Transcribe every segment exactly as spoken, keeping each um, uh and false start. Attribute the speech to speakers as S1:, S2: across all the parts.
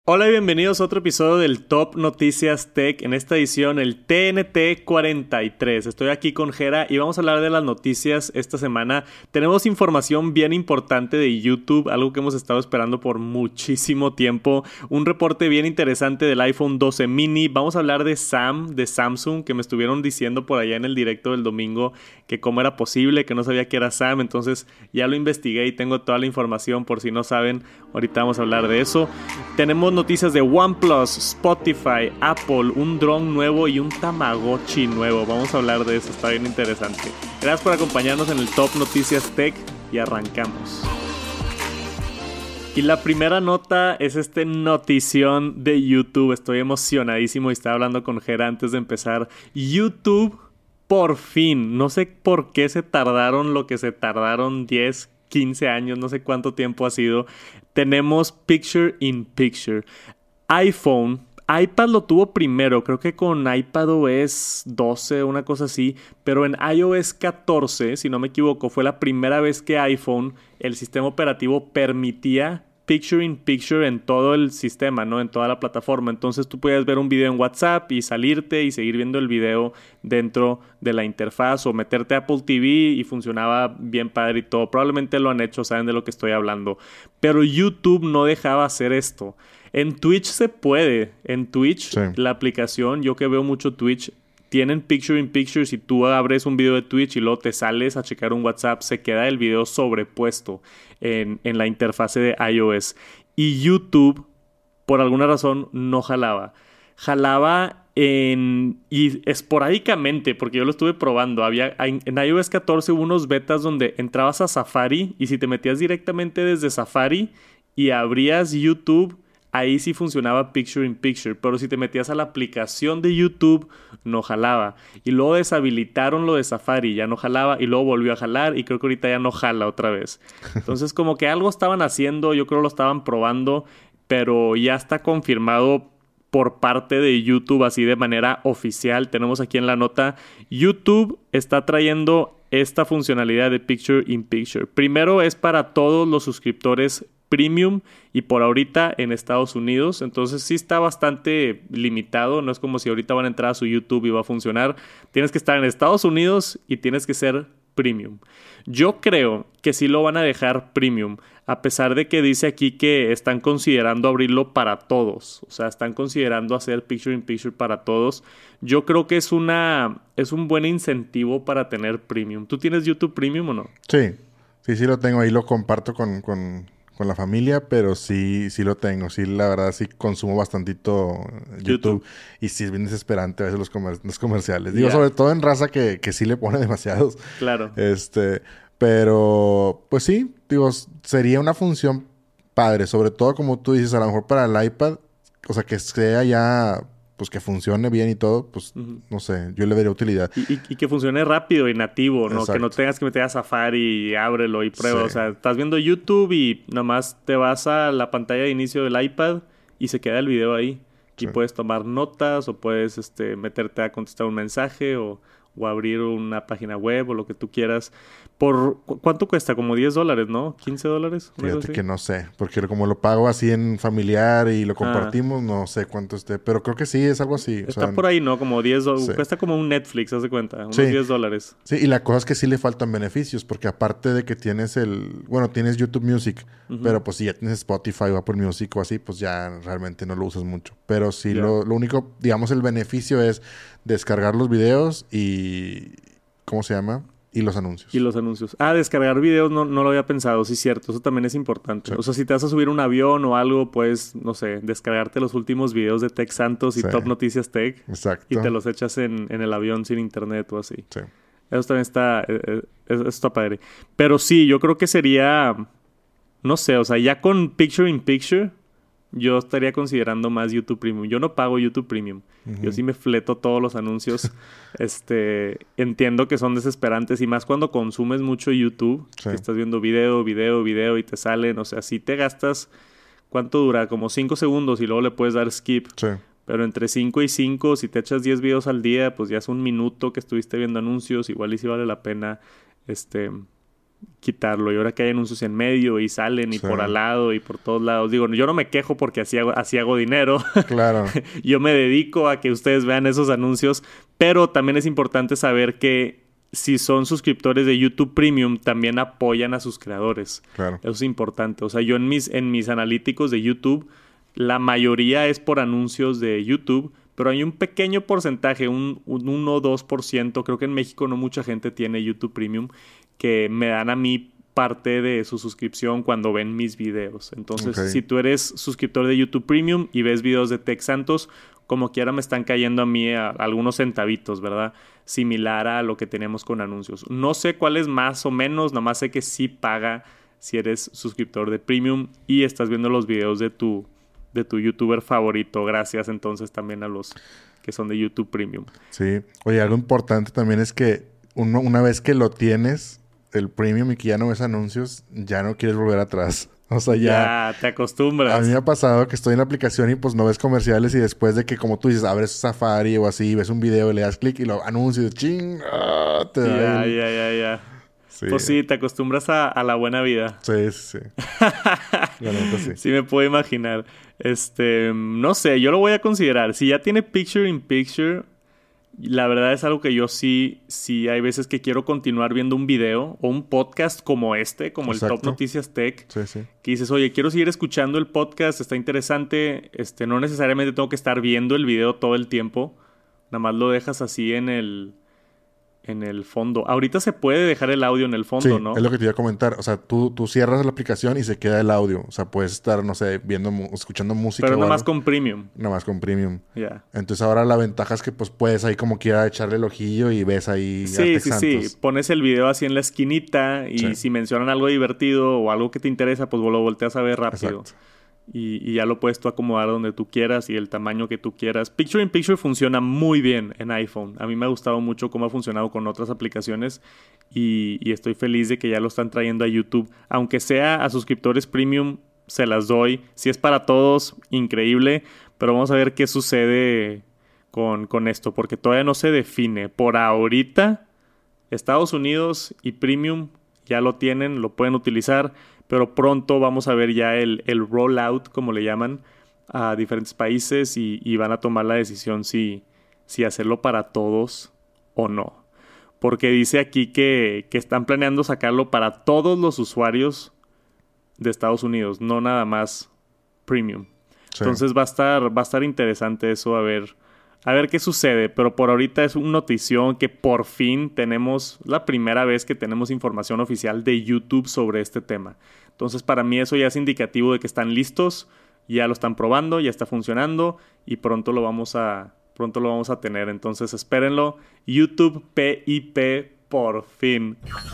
S1: Hola y bienvenidos a otro episodio del Top Noticias Tech. En esta edición, el T N T cuarenta y tres. Estoy aquí con Jera y vamos a hablar de las noticias esta semana. Tenemos información bien importante de YouTube, algo que hemos estado esperando por muchísimo tiempo. Un reporte bien interesante del iPhone doce mini. Vamos a hablar de Sam, de Samsung, que me estuvieron diciendo por allá en el directo del domingo que cómo era posible, que no sabía que era Sam. Entonces ya lo investigué y tengo toda la información por si no saben. Ahorita vamos a hablar de eso. Tenemos noticias de OnePlus, Spotify, Apple, un dron nuevo y un Tamagotchi nuevo. Vamos a hablar de eso, está bien interesante. Gracias por acompañarnos en el Top Noticias Tech y arrancamos. Y la primera nota es este notición de YouTube. Estoy emocionadísimo y estaba hablando con Jera antes de empezar. YouTube, por fin. No sé por qué se tardaron lo que se tardaron diez, quince años, no sé cuánto tiempo ha sido. Tenemos Picture in Picture. iPhone, iPad lo tuvo primero, creo que con iPadOS doce, una cosa así, pero en iOS catorce, si no me equivoco, fue la primera vez que iPhone, el sistema operativo, permitía Picture in Picture en todo el sistema, ¿no? En toda la plataforma. Entonces tú podías ver un video en WhatsApp y salirte y seguir viendo el video dentro de la interfaz o meterte a Apple T V y funcionaba bien padre y todo. Probablemente lo han hecho, saben de lo que estoy hablando. Pero YouTube no dejaba hacer esto. En Twitch se puede. En Twitch, sí. La aplicación, yo que veo mucho Twitch, tienen Picture in Picture. Si tú abres un video de Twitch y luego te sales a checar un WhatsApp, se queda el video sobrepuesto en, en la interfase de iOS. Y YouTube, por alguna razón, no jalaba. Jalaba en... y esporádicamente, porque yo lo estuve probando. Había, en, en iOS catorce hubo unos betas donde entrabas a Safari y si te metías directamente desde Safari y abrías YouTube, ahí sí funcionaba Picture in Picture, pero si te metías a la aplicación de YouTube, no jalaba. Y luego deshabilitaron lo de Safari, ya no jalaba, y luego volvió a jalar, y creo que ahorita ya no jala otra vez. Entonces, como que algo estaban haciendo, yo creo lo estaban probando, pero ya está confirmado por parte de YouTube, así de manera oficial. Tenemos aquí en la nota, YouTube está trayendo esta funcionalidad de Picture in Picture. Primero es para todos los suscriptores Premium y por ahorita en Estados Unidos, entonces sí está bastante limitado, no es como si ahorita van a entrar a su YouTube y va a funcionar. Tienes que estar en Estados Unidos y tienes que ser Premium. Yo creo que sí lo van a dejar Premium, a pesar de que dice aquí que están considerando abrirlo para todos, o sea, están considerando hacer Picture in Picture para todos. Yo creo que es una es un buen incentivo para tener Premium. ¿Tú tienes YouTube Premium o no?
S2: Sí, sí, sí lo tengo, ahí lo comparto con... con... con la familia, pero sí, sí lo tengo. Sí, la verdad, sí consumo bastantito YouTube. YouTube. Y sí es bien desesperante a veces los, comer- los comerciales. Digo, yeah. Sobre todo en raza que, que sí le pone demasiados.
S1: Claro.
S2: Este, pero, pues sí, digo, sería una función padre. Sobre todo, como tú dices, a lo mejor para el iPad, o sea, que sea ya... pues que funcione bien y todo, pues, uh-huh. no sé, yo le daría utilidad.
S1: Y, y, y que funcione rápido y nativo, ¿no? Exacto. Que no tengas que meter a Safari y ábrelo y prueba. Sí. O sea, estás viendo YouTube y nomás te vas a la pantalla de inicio del iPad y se queda el video ahí. Sí. Y puedes tomar notas o puedes este, meterte a contestar un mensaje o, o abrir una página web o lo que tú quieras. ¿Por cu- cuánto cuesta? Como diez dólares, ¿no? ¿quince dólares?
S2: Fíjate que no sé. Porque como lo pago así en familiar y lo compartimos, ah. no sé cuánto esté. Pero creo que sí, es algo así.
S1: Está
S2: o sea,
S1: por ahí, ¿no? Como diez dólares. Sí. Cuesta como un Netflix, haz de cuenta. Unos sí. diez dólares.
S2: Sí, y la cosa es que sí le faltan beneficios. Porque aparte de que tienes el... Bueno, tienes YouTube Music. Uh-huh. Pero pues si ya tienes Spotify o Apple Music o así, pues ya realmente no lo usas mucho. Pero sí, yeah. lo, lo único, digamos, el beneficio es descargar los videos y... ¿Cómo se llama? Y los anuncios.
S1: Y los anuncios. Ah, descargar videos no, no lo había pensado. Sí, cierto. Eso también es importante. Sí. O sea, si te vas a subir un avión o algo, puedes, no sé, descargarte los últimos videos de Tech Santos y sí. Top Noticias Tech.
S2: Exacto.
S1: Y te los echas en, en el avión sin internet o así.
S2: Sí.
S1: Eso también está... Eh, eso está padre. Pero sí, yo creo que sería... No sé, o sea, ya con Picture in Picture... Yo estaría considerando más YouTube Premium. Yo no pago YouTube Premium. Uh-huh. Yo sí me fleto todos los anuncios. este, entiendo que son desesperantes. Y más cuando consumes mucho YouTube. Sí. Que estás viendo video, video, video y te salen. O sea, si te gastas... ¿Cuánto dura? Como cinco segundos y luego le puedes dar skip.
S2: Sí.
S1: Pero entre cinco y cinco, si te echas diez videos al día, pues ya es un minuto que estuviste viendo anuncios. Igual y sí vale la pena este... quitarlo. Y ahora que hay anuncios en medio y salen y
S2: Sí.
S1: por al lado y por todos lados. Digo, yo no me quejo porque así hago, así hago dinero.
S2: Claro.
S1: Yo me dedico a que ustedes vean esos anuncios. Pero también es importante saber que si son suscriptores de YouTube Premium, también apoyan a sus creadores.
S2: Claro.
S1: Eso es importante. O sea, yo en mis, en mis analíticos de YouTube, la mayoría es por anuncios de YouTube, pero hay un pequeño porcentaje, un, un uno o dos por ciento, creo que en México no mucha gente tiene YouTube Premium, que me dan a mí parte de su suscripción cuando ven mis videos. Entonces,
S2: Ok.
S1: si tú eres suscriptor de YouTube Premium y ves videos de Tech Santos, como quiera me están cayendo a mí a, a algunos centavitos, ¿verdad? Similar a lo que tenemos con anuncios. No sé cuál es más o menos, nada más sé que sí paga si eres suscriptor de Premium y estás viendo los videos de tu, de tu YouTuber favorito. Gracias entonces también a los que son de YouTube Premium.
S2: Sí. Oye, algo importante también es que uno, una vez que lo tienes, el Premium, y que ya no ves anuncios, ya no quieres volver atrás. O sea, ya...
S1: Ya te acostumbras.
S2: A mí me ha pasado que estoy en la aplicación y pues no ves comerciales y después de que, como tú dices, abres Safari o así, ves un video y le das clic y lo anuncios, ching, ah, te da
S1: Ya,
S2: el-
S1: ya, ya, ya.
S2: Sí.
S1: Pues sí, te acostumbras a, a la buena vida.
S2: Sí, sí, sí. La neta sí.
S1: Sí me puedo imaginar. Este, no sé, yo lo voy a considerar. Si ya tiene Picture in Picture, la verdad es algo que yo sí, sí hay veces que quiero continuar viendo un video o un podcast como este, como el Top
S2: Exacto.
S1: Noticias Tech,
S2: Sí, sí.
S1: que dices, oye, quiero seguir escuchando el podcast, está interesante, este, no necesariamente tengo que estar viendo el video todo el tiempo, nada más lo dejas así en el, en el fondo. Ahorita se puede dejar el audio en el fondo,
S2: Sí,
S1: ¿no?
S2: es lo que te iba a comentar. O sea, tú, tú cierras la aplicación y se queda el audio. O sea, puedes estar, no sé, viendo, mu- escuchando música
S1: Pero
S2: o
S1: nada más
S2: algo.
S1: con Premium.
S2: Nada más con Premium.
S1: Ya.
S2: Entonces ahora la ventaja es que pues puedes ahí como quiera echarle el ojillo y ves ahí a
S1: Sí,
S2: Tech
S1: sí, sí.
S2: Santos.
S1: Pones el video así en la esquinita y
S2: Sí.
S1: si mencionan algo divertido o algo que te interesa, pues lo volteas a ver rápido.
S2: Exacto.
S1: Y, y ya lo puedes tú acomodar donde tú quieras y el tamaño que tú quieras. Picture in Picture funciona muy bien en iPhone. A mí me ha gustado mucho cómo ha funcionado con otras aplicaciones y, y estoy feliz de que ya lo están trayendo a YouTube. Aunque sea a suscriptores premium, se las doy. Si es para todos, increíble. Pero vamos a ver qué sucede con, con esto, porque todavía no se define. Por ahorita, Estados Unidos y Premium ya lo tienen, lo pueden utilizar, pero pronto vamos a ver ya el, el rollout, como le llaman, a diferentes países y, y van a tomar la decisión si, si hacerlo para todos o no. Porque dice aquí que, que están planeando sacarlo para todos los usuarios de Estados Unidos, no nada más Premium.
S2: Sí.
S1: Entonces va a estar, va a estar interesante eso, a ver, a ver qué sucede. Pero por ahorita es una notición que por fin tenemos, la primera vez que tenemos información oficial de YouTube sobre este tema. Entonces para mí eso ya es indicativo de que están listos, ya lo están probando, ya está funcionando y pronto lo vamos a, pronto lo vamos a tener. Entonces espérenlo. YouTube P I P por fin.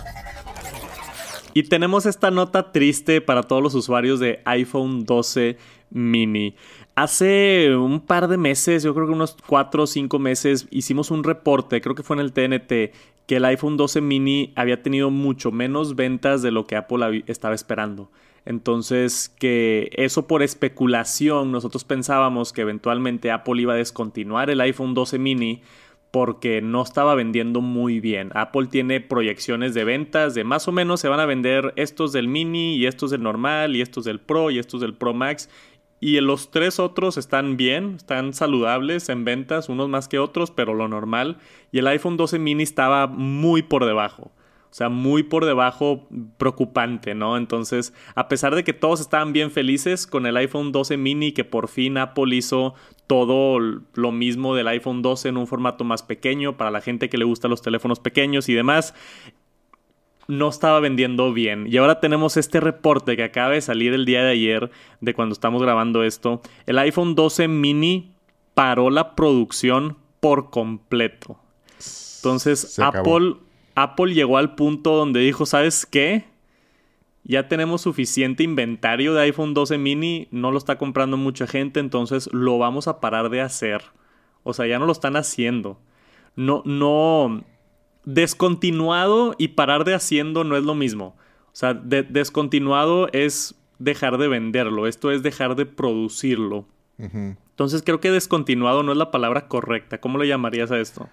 S1: Y tenemos esta nota triste para todos los usuarios de iPhone doce mini. Hace un par de meses, yo creo que unos cuatro o cinco meses, hicimos un reporte, creo que fue en el T N T, que el iPhone doce mini había tenido mucho menos ventas de lo que Apple estaba esperando. Entonces, que eso por especulación, nosotros pensábamos que eventualmente Apple iba a descontinuar el iPhone doce mini porque no estaba vendiendo muy bien. Apple tiene proyecciones de ventas de más o menos se van a vender estos del mini y estos del normal y estos del Pro y estos del Pro Max. Y los tres otros están bien, están saludables en ventas, unos más que otros, pero lo normal. Y el iPhone doce mini estaba muy por debajo. O sea, muy por debajo, preocupante, ¿no? Entonces, a pesar de que todos estaban bien felices con el iPhone doce mini, que por fin Apple hizo todo lo mismo del iPhone doce en un formato más pequeño, para la gente que le gusta los teléfonos pequeños y demás, no estaba vendiendo bien. Y ahora tenemos este reporte que acaba de salir el día de ayer, de cuando estamos grabando esto. El iPhone doce mini paró la producción por completo. Entonces,
S2: Se acabó.
S1: Apple, Apple llegó al punto donde dijo, ¿sabes qué? Ya tenemos suficiente inventario de iPhone doce mini, no lo está comprando mucha gente, entonces lo vamos a parar de hacer. O sea, ya no lo están haciendo. No, no... Descontinuado y parar de haciendo no es lo mismo. O sea, de- descontinuado es dejar de venderlo. Esto es dejar de producirlo.
S2: Ujú.
S1: Entonces creo que descontinuado no es la palabra correcta. ¿Cómo le llamarías a esto?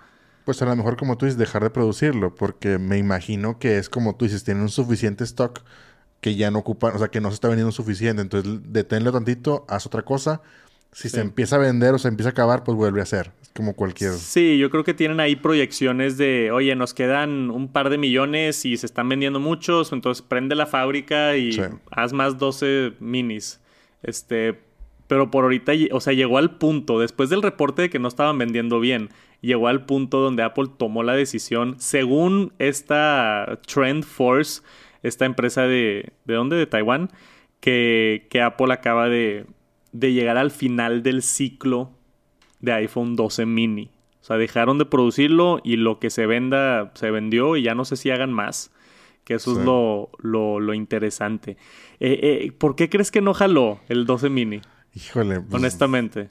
S2: Pues a lo mejor, como tú dices, dejar de producirlo, porque me imagino que es como tú dices, tienen un suficiente stock que ya no ocupan, o sea, que no se está vendiendo suficiente. Entonces, deténlo tantito, haz otra cosa. Si
S1: Sí.
S2: se empieza a vender o se empieza a acabar, pues vuelve a hacer. Es como cualquier...
S1: Sí, yo creo que tienen ahí proyecciones de, oye, nos quedan un par de millones y se están vendiendo muchos, entonces prende la fábrica y
S2: Sí.
S1: haz más doce minis. Este, pero por ahorita, lle- o sea, llegó al punto, después del reporte de que no estaban vendiendo bien, llegó al punto donde Apple tomó la decisión, según esta Trend Force, esta empresa de, ¿de dónde? De Taiwán, que, que Apple acaba de, de llegar al final del ciclo de iPhone doce mini. O sea, dejaron de producirlo y lo que se venda se vendió y ya no sé si hagan más. Que eso
S2: Sí.
S1: es lo, lo, lo interesante. Eh, eh, ¿Por qué crees que no jaló el doce mini?
S2: Híjole, pues,
S1: Honestamente.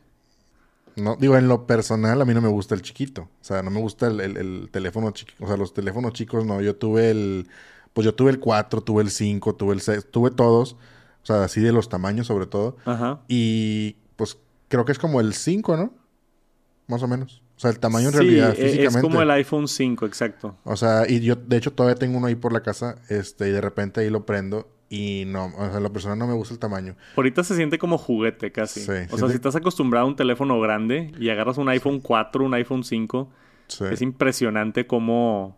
S2: no, digo, en lo personal a mí no me gusta el chiquito. O sea, no me gusta el, el- el teléfono chiquito. O sea, los teléfonos chicos no. Yo tuve el... Pues yo tuve el cuatro, tuve el cinco, tuve el seis, tuve todos. O sea, así de los tamaños sobre todo.
S1: Ajá.
S2: Y pues creo que es como el cinco, ¿no? Más o menos. O sea, el tamaño en
S1: Sí,
S2: realidad,
S1: e- es
S2: físicamente.
S1: como el iPhone cinco, exacto.
S2: O sea, y yo, de hecho, todavía tengo uno ahí por la casa, este, y de repente ahí lo prendo y no, o sea, la persona no me gusta el tamaño.
S1: Ahorita se siente como juguete casi.
S2: Sí,
S1: O sea,
S2: siente-
S1: si estás acostumbrado a un teléfono grande y agarras un iPhone cuatro, un iPhone cinco,
S2: Sí.
S1: es impresionante cómo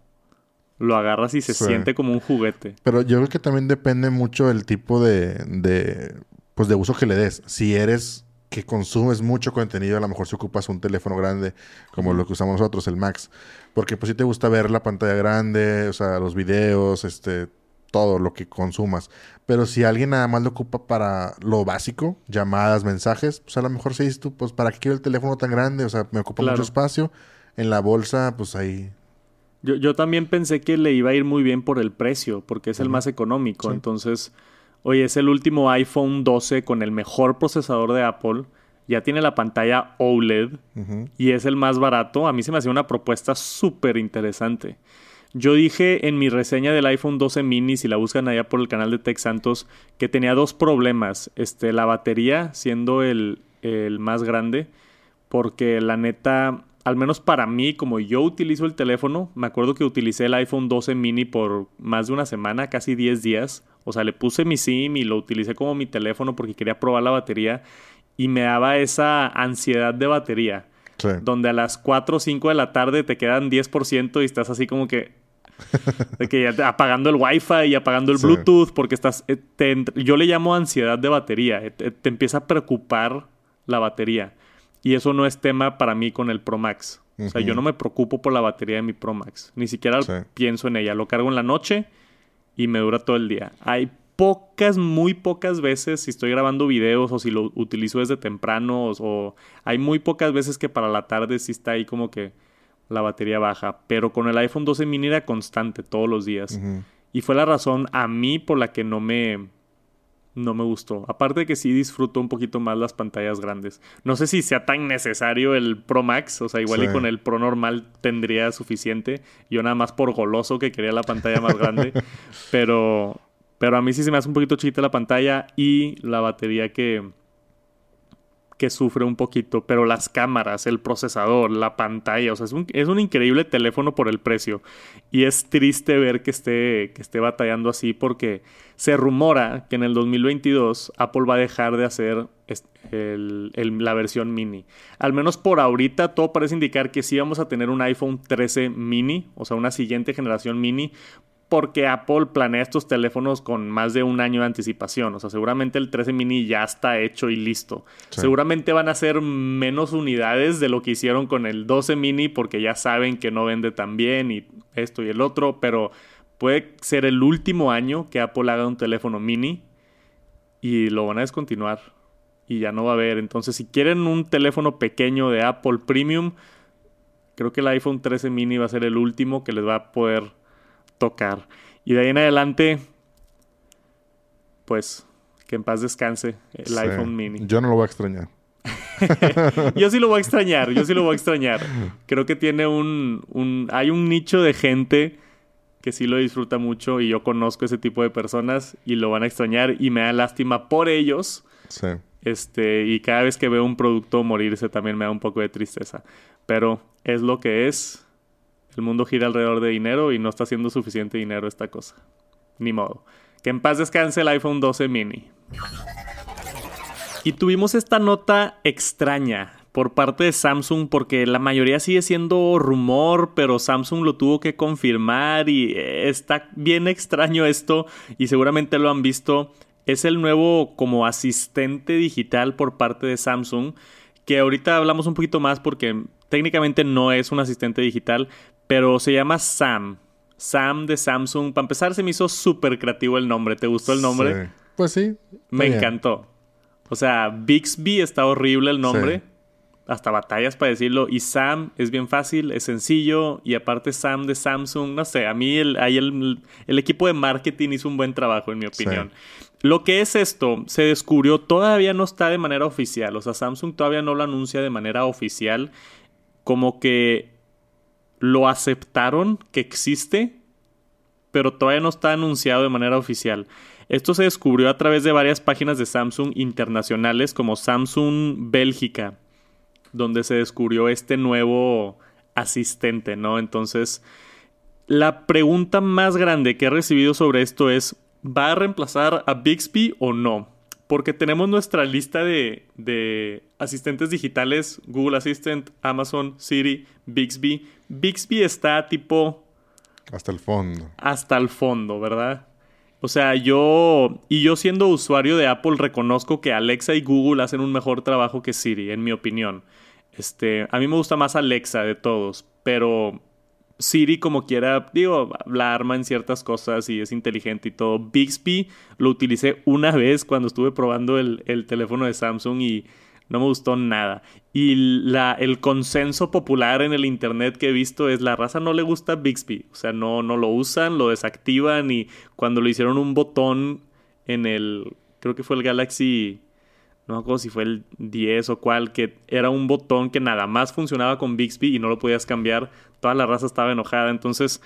S1: lo agarras y se
S2: Sí.
S1: siente como un juguete.
S2: Pero yo creo que también depende mucho del tipo de, de, pues de uso que le des. Si eres que consumes mucho contenido, a lo mejor si ocupas un teléfono grande, como
S1: Ujú.
S2: lo que usamos nosotros, el Max. Porque pues si te gusta ver la pantalla grande, o sea, los videos, este, todo lo que consumas. Pero si alguien nada más lo ocupa para lo básico, llamadas, mensajes, pues a lo mejor si dices tú, pues ¿para qué quiero el teléfono tan grande? O sea, me ocupa
S1: Claro.
S2: mucho espacio. En la bolsa, pues ahí...
S1: Yo, yo también pensé que le iba a ir muy bien por el precio, porque es el
S2: Ujú.
S1: más económico.
S2: Sí.
S1: Entonces, oye, es el último iPhone doce con el mejor procesador de Apple. Ya tiene la pantalla O L E D
S2: Ujú.
S1: y es el más barato. A mí se me hacía una propuesta súper interesante. Yo dije en mi reseña del iPhone doce mini, si la buscan allá por el canal de Tech Santos, que tenía dos problemas. Este, la batería siendo el, el más grande, porque la neta, al menos para mí, como yo utilizo el teléfono, me acuerdo que utilicé el iPhone doce mini por más de una semana, casi diez días. O sea, le puse mi SIM y lo utilicé como mi teléfono porque quería probar la batería y me daba esa ansiedad de batería,
S2: Sí.
S1: donde a las cuatro o cinco de la tarde te quedan diez por ciento y estás así como que, de que ya te- apagando el Wi-Fi y apagando el
S2: Sí.
S1: Bluetooth porque estás, eh, te ent- yo le llamo ansiedad de batería, eh, te, te empieza a preocupar la batería y eso no es tema para mí con el Pro Max. O sea,
S2: Ujú.
S1: yo no me preocupo por la batería de mi Pro Max, ni siquiera
S2: Sí.
S1: pienso en ella, lo cargo en la noche y me dura todo el día. Hay pocas, muy pocas veces, si estoy grabando videos o si lo utilizo desde temprano, o, o hay muy pocas veces que para la tarde sí está ahí como que la batería baja. Pero con el iPhone doce mini era constante todos los días.
S2: Ujú.
S1: Y fue la razón a mí por la que no me, no me gustó. Aparte de que sí disfruto un poquito más las pantallas grandes. No sé si sea tan necesario el Pro Max. O sea, igual
S2: Sí.
S1: y con el Pro normal tendría suficiente. Yo nada más por goloso que quería la pantalla más grande. Pero, pero a mí sí se me hace un poquito chiquita la pantalla y la batería que, que sufre un poquito. Pero las cámaras, el procesador, la pantalla. O sea, es un, es un increíble teléfono por el precio. Y es triste ver que esté, que esté batallando así porque se rumora que en el dos mil veintidós Apple va a dejar de hacer es- el- el- la versión mini. Al menos por ahorita todo parece indicar que sí vamos a tener un iPhone trece mini, o sea, una siguiente generación mini, porque Apple planea estos teléfonos con más de un año de anticipación. O sea, seguramente el trece mini ya está hecho y listo.
S2: Sí.
S1: Seguramente van a ser menos unidades de lo que hicieron con el doce mini porque ya saben que no vende tan bien y esto y el otro, pero puede ser el último año que Apple haga un teléfono mini y lo van a descontinuar y ya no va a haber. Entonces, si quieren un teléfono pequeño de Apple Premium, creo que el iPhone trece mini va a ser el último que les va a poder tocar. Y de ahí en adelante, pues, que en paz descanse el
S2: Sí.
S1: iPhone mini.
S2: Yo no lo voy a extrañar.
S1: Yo sí lo voy a extrañar, yo sí lo voy a extrañar. Creo que tiene un, un... Hay un nicho de gente que sí lo disfruta mucho y yo conozco ese tipo de personas y lo van a extrañar y me da lástima por ellos.
S2: Sí.
S1: Este, y cada vez que veo un producto morirse también me da un poco de tristeza. Pero es lo que es El mundo gira alrededor de dinero y no está haciendo suficiente dinero esta cosa. Ni modo. Que en paz descanse el iPhone doce mini. Y tuvimos esta nota extraña por parte de Samsung porque la mayoría sigue siendo rumor, pero Samsung lo tuvo que confirmar y está bien extraño esto y seguramente lo han visto. Es el nuevo como asistente digital por parte de Samsung, que ahorita hablamos un poquito más porque técnicamente no es un asistente digital, pero se llama Sam. Sam de Samsung. Para empezar se me hizo súper creativo el nombre. ¿Te gustó el nombre?
S2: Sí. Pues sí.
S1: Me
S2: bien.
S1: encantó. O sea, Bixby está horrible el nombre. Sí. Hasta batallas para decirlo. Y Sam es bien fácil, es sencillo. Y aparte Sam de Samsung. No sé, a mí el, ahí el, el equipo de marketing hizo un buen trabajo, en mi opinión. Sí. Lo que es esto, se descubrió, todavía no está de manera oficial. O sea, Samsung todavía no lo anuncia de manera oficial. Como que lo aceptaron que existe, pero todavía no está anunciado de manera oficial. Esto se descubrió a través de varias páginas de Samsung internacionales como Samsung Bélgica, donde se descubrió este nuevo asistente, ¿no? Entonces, la pregunta más grande que he recibido sobre esto es, ¿va a reemplazar a Bixby o no? Porque tenemos nuestra lista de, de asistentes digitales, Google Assistant, Amazon, Siri, Bixby. Bixby está tipo...
S2: Hasta el fondo.
S1: Hasta el fondo, ¿verdad? O sea, yo... Y yo siendo usuario de Apple reconozco que Alexa y Google hacen un mejor trabajo que Siri, en mi opinión. Este, a mí me gusta más Alexa de todos, pero... Siri como quiera, digo, la arma en ciertas cosas y es inteligente y todo. Bixby lo utilicé una vez cuando estuve probando el, el teléfono de Samsung y no me gustó nada. Y la, el consenso popular en el internet que he visto es la raza no le gusta Bixby. O sea, no, no lo usan, lo desactivan y cuando le hicieron un botón en el, creo que fue el Galaxy... No me acuerdo si fue el diez o cuál, que era un botón que nada más funcionaba con Bixby y no lo podías cambiar. Toda la raza estaba enojada. Entonces,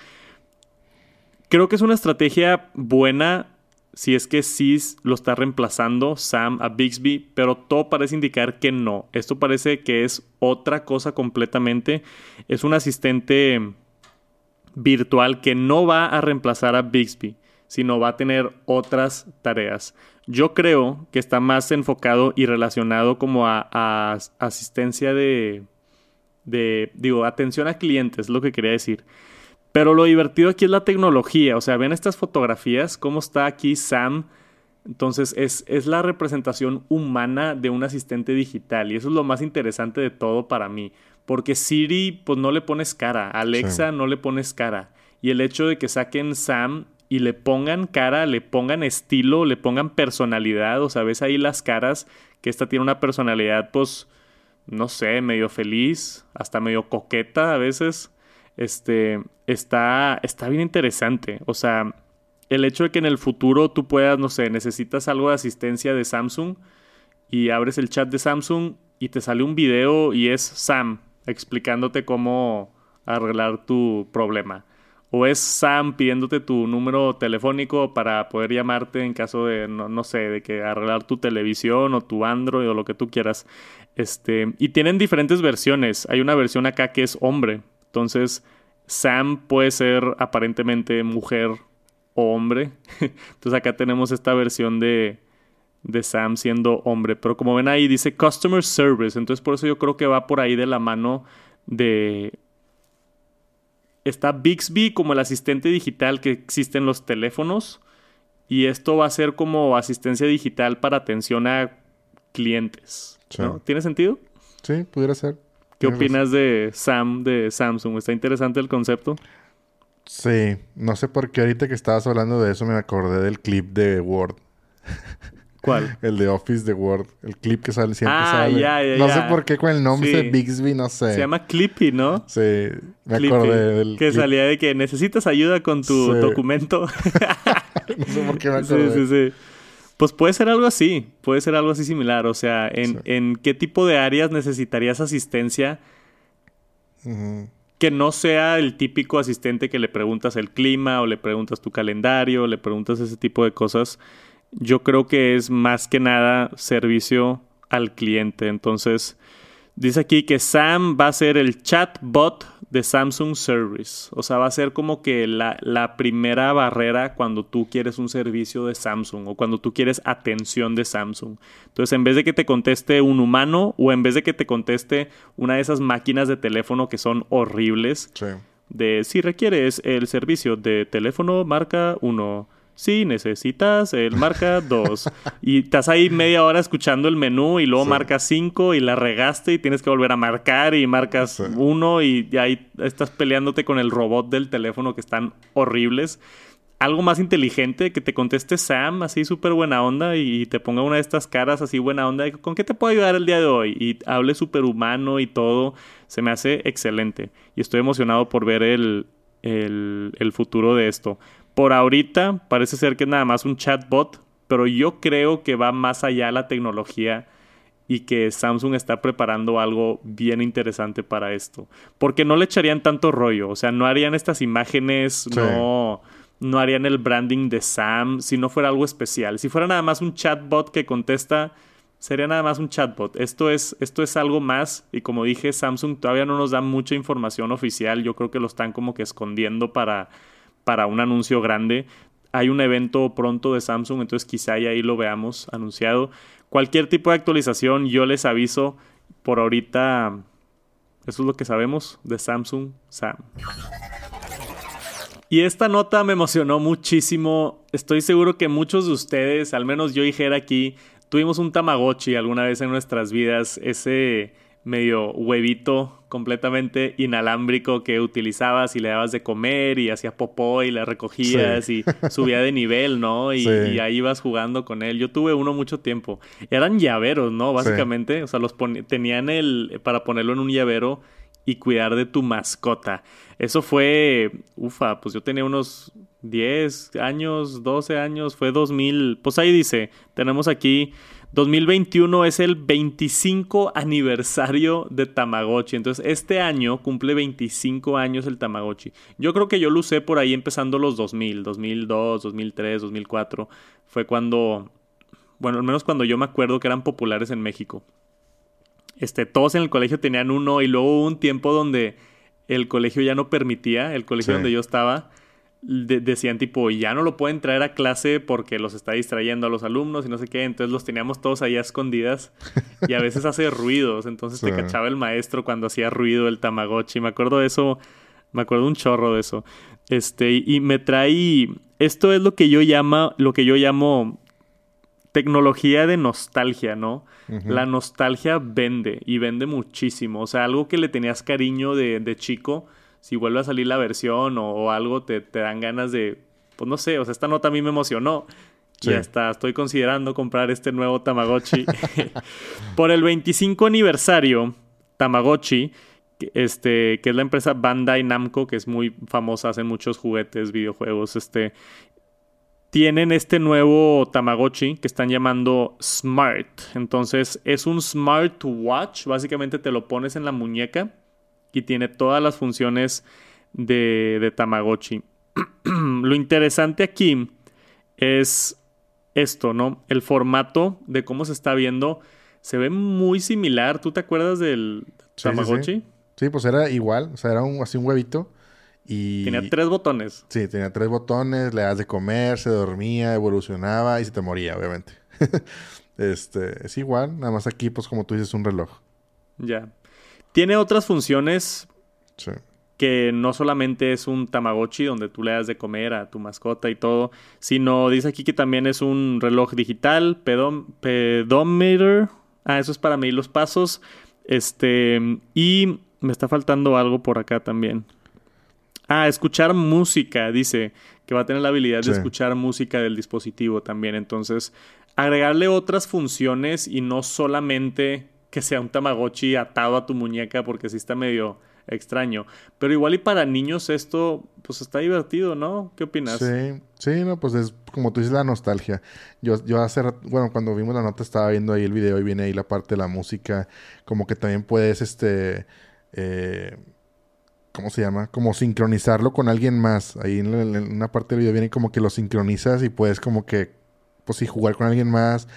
S1: creo que es una estrategia buena si es que sí lo está reemplazando Sam a Bixby, pero todo parece indicar que no. Esto parece que es otra cosa completamente. Es un asistente virtual que no va a reemplazar a Bixby, sino va a tener otras tareas. Yo creo que está más enfocado y relacionado como a, a asistencia de, de, digo, atención a clientes, es lo que quería decir. Pero lo divertido aquí es la tecnología. O sea, ven estas fotografías, cómo está aquí Sam. Entonces, es, es la representación humana de un asistente digital. Y eso es lo más interesante de todo para mí. Porque Siri, pues no le pones cara. Alexa, sí, no le pones cara. Y el hecho de que saquen Sam... y le pongan cara, le pongan estilo, le pongan personalidad. O sea, ves ahí las caras, que esta tiene una personalidad, pues, no sé, medio feliz, hasta medio coqueta a veces. Este, está, está bien interesante. O sea, el hecho de que en el futuro tú puedas, no sé, necesitas algo de asistencia de Samsung y abres el chat de Samsung y te sale un video y es Sam explicándote cómo arreglar tu problema. O es Sam pidiéndote tu número telefónico para poder llamarte en caso de, no, no sé, de que arreglar tu televisión o tu Android o lo que tú quieras. Este, y tienen diferentes versiones. Hay una versión acá que es hombre. Entonces, Sam puede ser aparentemente mujer o hombre. Entonces, acá tenemos esta versión de, de Sam siendo hombre. Pero como ven ahí, dice Customer Service. Entonces, por eso yo creo que va por ahí de la mano de... Está Bixby como el asistente digital que existe en los teléfonos y esto va a ser como asistencia digital para atención a clientes, sí, ¿no? ¿Tiene sentido?
S2: Sí, pudiera ser.
S1: ¿Qué opinas de Sam de Samsung? ¿Está interesante el concepto?
S2: Sí, no sé por qué ahorita que estabas hablando de eso me acordé del clip de Word.
S1: ¿Cuál?
S2: El de Office de Word. El clip que sale siempre
S1: ah,
S2: sale.
S1: Ya, ya,
S2: no
S1: ya.
S2: sé por qué con el nombre
S1: sí.
S2: de Bixby, no sé.
S1: Se llama Clippy, ¿no?
S2: Sí, me
S1: Clippy,
S2: acordé del
S1: que
S2: clip.
S1: salía de que necesitas ayuda con tu
S2: sí.
S1: documento.
S2: No sé por qué me acordé.
S1: Sí, sí, sí. Pues puede ser algo así. Puede ser algo así similar. O sea, ¿en, sí. en qué tipo de áreas necesitarías asistencia? Uh-huh. Que no sea el típico asistente que le preguntas el clima o le preguntas tu calendario, le preguntas ese tipo de cosas. Yo creo que es más que nada servicio al cliente. Entonces, Dice aquí que Sam va a ser el chatbot de Samsung Service. O sea, va a ser como que la, la primera barrera cuando tú quieres un servicio de Samsung o cuando tú quieres atención de Samsung. Entonces, en vez de que te conteste un humano o en vez de que te conteste una de esas máquinas de teléfono que son horribles,
S2: Sí.
S1: de si requieres el servicio de teléfono marca uno, si necesitas el marca dos. Y estás ahí media hora escuchando el menú y luego
S2: Sí.
S1: marcas cinco y la regaste y tienes que volver a marcar y marcas
S2: Sí.
S1: uno y ahí estás peleándote con el robot del teléfono que están horribles. Algo más inteligente, que te conteste Sam así súper buena onda y te ponga una de estas caras así buena onda de, ¿con qué te puedo ayudar el día de hoy? Y hable súper humano y todo. Se me hace excelente. Y estoy emocionado por ver el, el, el futuro de esto. Por ahorita parece ser que es nada más un chatbot, pero yo creo que va más allá la tecnología y que Samsung está preparando algo bien interesante para esto. Porque no le echarían tanto rollo. O sea, no harían estas imágenes,
S2: Sí.
S1: no, no harían el branding de Sam si no fuera algo especial. Si fuera nada más un chatbot que contesta, sería nada más un chatbot. Esto es, esto es algo más. Y como dije, Samsung todavía no nos da mucha información oficial. Yo creo que lo están como que escondiendo para... para un anuncio grande. Hay un evento pronto de Samsung, entonces quizá ahí lo veamos anunciado. Cualquier tipo de actualización, yo les aviso. Por ahorita, eso es lo que sabemos de Samsung Sam. Y esta nota me emocionó muchísimo. Estoy seguro que muchos de ustedes, al menos yo y Jera aquí, tuvimos un Tamagotchi alguna vez en nuestras vidas. Ese medio huevito completamente inalámbrico que utilizabas y le dabas de comer y hacía popó y le recogías
S2: Sí.
S1: y subía de nivel, ¿no? Y,
S2: Sí.
S1: y ahí ibas jugando con él. Yo tuve uno mucho tiempo. Eran llaveros, ¿no? Básicamente. Sí. O sea, los pon- tenían el... para ponerlo en un llavero y cuidar de tu mascota. Eso fue... Ufa, pues yo tenía unos diez años, doce años. Fue dos mil... Pues ahí dice, tenemos aquí... dos mil veintiuno es el veinticinco aniversario de Tamagotchi. Entonces, este año cumple veinticinco años el Tamagotchi. Yo creo que yo lo usé por ahí empezando los dos mil. dos mil dos, dos mil tres, dos mil cuatro. Fue cuando... Bueno, al menos cuando yo me acuerdo que eran populares en México. Este, todos en el colegio tenían uno y luego hubo un tiempo donde el colegio ya no permitía, el colegio sí. donde yo estaba... De- decían tipo, ya no lo pueden traer a clase porque los está distrayendo a los alumnos y no sé qué. Entonces los teníamos todos ahí a escondidas y a veces hace ruidos. Entonces sí. te cachaba el maestro cuando hacía ruido el Tamagotchi. Me acuerdo de eso, me acuerdo un chorro de eso. Este, y, y me trae... Esto es lo que yo llamo, lo que yo llamo tecnología de nostalgia, ¿no? Uh-huh. La nostalgia vende y vende muchísimo. O sea, algo que le tenías cariño de, de chico... Si vuelve a salir la versión o, o algo, te, te dan ganas de... Pues no sé, o sea, esta nota a mí me emocionó. Sí. Y hasta estoy considerando comprar este nuevo Tamagotchi. Por el veinticinco aniversario, Tamagotchi, este, que es la empresa Bandai Namco, que es muy famosa, hacen muchos juguetes, videojuegos, este... Tienen este nuevo Tamagotchi que están llamando Smart. Entonces, es un smartwatch. Básicamente te lo pones en la muñeca. Y tiene todas las funciones de, de Tamagotchi. Lo interesante aquí es esto, ¿no? El formato de cómo se está viendo se ve muy similar. ¿Tú te acuerdas del
S2: sí,
S1: Tamagotchi?
S2: Sí, sí. sí, pues era igual. O sea, era un, así un huevito. Y...
S1: Tenía tres botones.
S2: Sí, tenía tres botones. Le das de comer, se dormía, evolucionaba y se te moría, obviamente. este, es igual. Nada más aquí, pues como tú dices, un reloj.
S1: Ya. Tiene otras funciones
S2: sí.
S1: que no solamente es un Tamagotchi donde tú le das de comer a tu mascota y todo, sino dice aquí que también es un reloj digital, pedom- pedometer. Ah, eso es para medir los pasos. Este, y me está faltando algo por acá también. Ah, escuchar música, dice que va a tener la habilidad sí. de escuchar música del dispositivo también. Entonces, agregarle otras funciones y no solamente... que sea un Tamagotchi atado a tu muñeca porque sí está medio extraño. Pero igual y para niños esto pues está divertido, ¿no? ¿Qué opinas?
S2: Sí, sí, no, pues es como tú dices la nostalgia. Yo, yo hace rato, bueno, cuando vimos la nota estaba viendo ahí el video y viene ahí la parte de la música. Como que también puedes, este, eh, ¿cómo se llama? Como sincronizarlo con alguien más. Ahí en, en una parte del video viene como que lo sincronizas y puedes como que, pues sí, jugar con alguien más.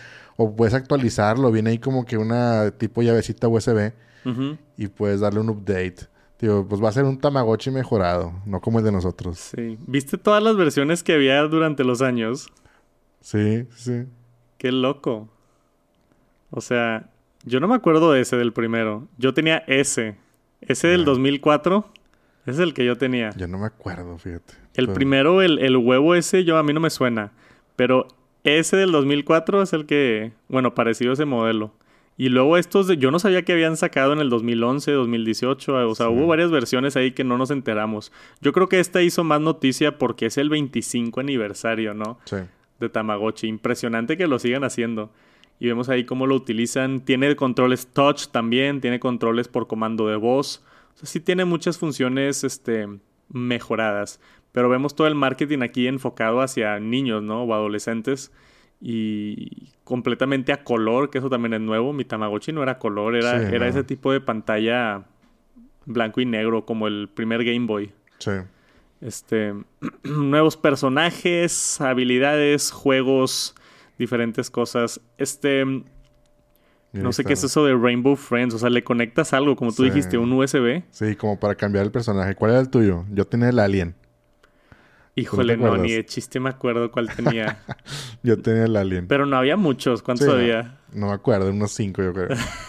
S2: O puedes actualizarlo. Viene ahí como que una tipo llavecita U S B. Uh-huh. Y puedes darle un update. Tío, pues va a ser un Tamagotchi mejorado. No como el de nosotros.
S1: Sí. ¿Viste todas las versiones que había durante los años?
S2: Sí, sí.
S1: Qué loco. O sea, yo no me acuerdo de ese del primero. Yo tenía ese. Ese del dos mil cuatro. Ese es el que yo tenía.
S2: Yo no me acuerdo, fíjate.
S1: El
S2: Pero...
S1: primero, el, el huevo ese, yo a mí no me suena. Pero ese del dos mil cuatro es el que... Bueno, parecido a ese modelo. Y luego estos... De, yo no sabía que habían sacado en el dos mil once, dos mil dieciocho. O sea, sí. Hubo varias versiones ahí que no nos enteramos. Yo creo que esta hizo más noticia porque es el veinticinco aniversario, ¿no?
S2: Sí.
S1: De Tamagotchi. Impresionante que lo sigan haciendo. Y vemos ahí cómo lo utilizan. Tiene controles touch también. Tiene controles por comando de voz. O sea, sí tiene muchas funciones este, mejoradas. Pero vemos todo el marketing aquí enfocado hacia niños, ¿no? O adolescentes. Y completamente a color, que eso también es nuevo. Mi Tamagotchi no era color. Era, sí, era no. ese tipo de pantalla blanco y negro, como el primer Game Boy.
S2: Sí.
S1: Este, nuevos personajes, habilidades, juegos... diferentes cosas. Este... No sé qué es eso de Rainbow Friends. O sea, le conectas algo, como tú sí. dijiste, un U S B.
S2: Sí, como para cambiar el personaje. ¿Cuál era el tuyo? Yo tenía el Alien.
S1: Híjole, no, ni de chiste me acuerdo cuál tenía.
S2: Yo tenía el Alien.
S1: Pero no había muchos. ¿Cuántos sí, había?
S2: No, no me acuerdo. Unos cinco, yo creo.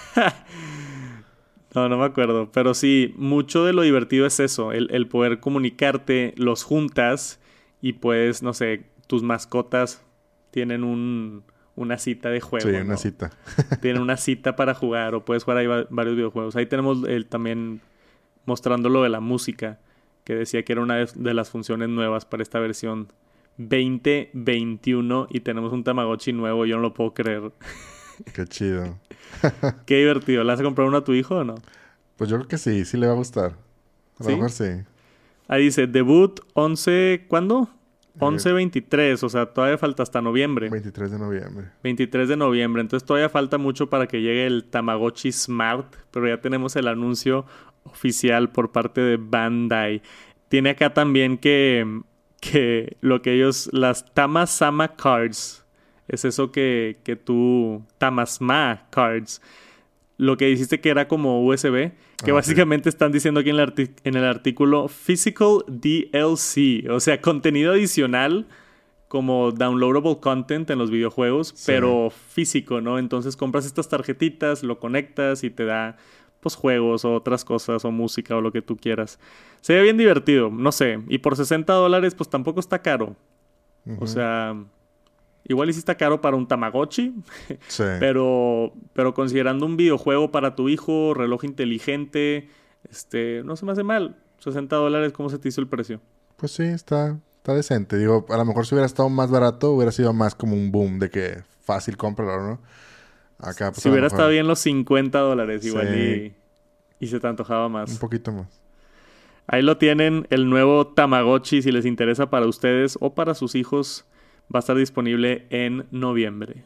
S1: No, no me acuerdo. Pero sí, mucho de lo divertido es eso. El, el poder comunicarte, los juntas y pues, no sé, tus mascotas... tienen un, una cita de juego.
S2: Sí,
S1: ¿no?
S2: una cita.
S1: Tienen una cita para jugar o puedes jugar ahí va- varios videojuegos. Ahí tenemos el, también mostrando lo de la música, que decía que era una de, de las funciones nuevas para esta versión veinte veintiuno y tenemos un Tamagotchi nuevo. Yo no lo puedo creer.
S2: Qué chido.
S1: Qué divertido. ¿Le vas a comprar uno a tu hijo o no?
S2: Pues yo creo que sí. Sí le va a gustar. A lo
S1: ¿Sí?
S2: mejor sí.
S1: Ahí dice, debut once... ¿Cuándo? once veintitrés, o sea, todavía falta hasta noviembre.
S2: veintitrés de noviembre.
S1: veintitrés de noviembre, entonces todavía falta mucho para que llegue el Tamagotchi Smart, pero ya tenemos el anuncio oficial por parte de Bandai. Tiene acá también que, que lo que ellos, las Tamasama Cards, es eso que, que tú, Tamasma Cards, lo que dijiste que era como U S B, que ah, básicamente sí. Están diciendo aquí en el, artic- en el artículo Physical D L C, o sea, contenido adicional como downloadable content en los videojuegos, sí. Pero físico, ¿no? Entonces compras estas tarjetitas, lo conectas y te da pues juegos o otras cosas o música o lo que tú quieras. Se ve bien divertido, no sé, y por sesenta dólares pues tampoco está caro. Uh-huh. O sea... Igual y sí está caro para un Tamagotchi, sí. pero, pero considerando un videojuego para tu hijo, reloj inteligente, este, no se me hace mal. sesenta dólares, ¿cómo se te hizo el precio?
S2: Pues sí, está, está decente. Digo, a lo mejor si hubiera estado más barato, hubiera sido más como un boom de que fácil cómpralo, ¿no?
S1: Acá, pues, si hubiera mejor... estado bien los cincuenta dólares igual sí. y, y se te antojaba más.
S2: Un poquito más.
S1: Ahí lo tienen, el nuevo Tamagotchi, si les interesa para ustedes o para sus hijos. Va a estar disponible en noviembre.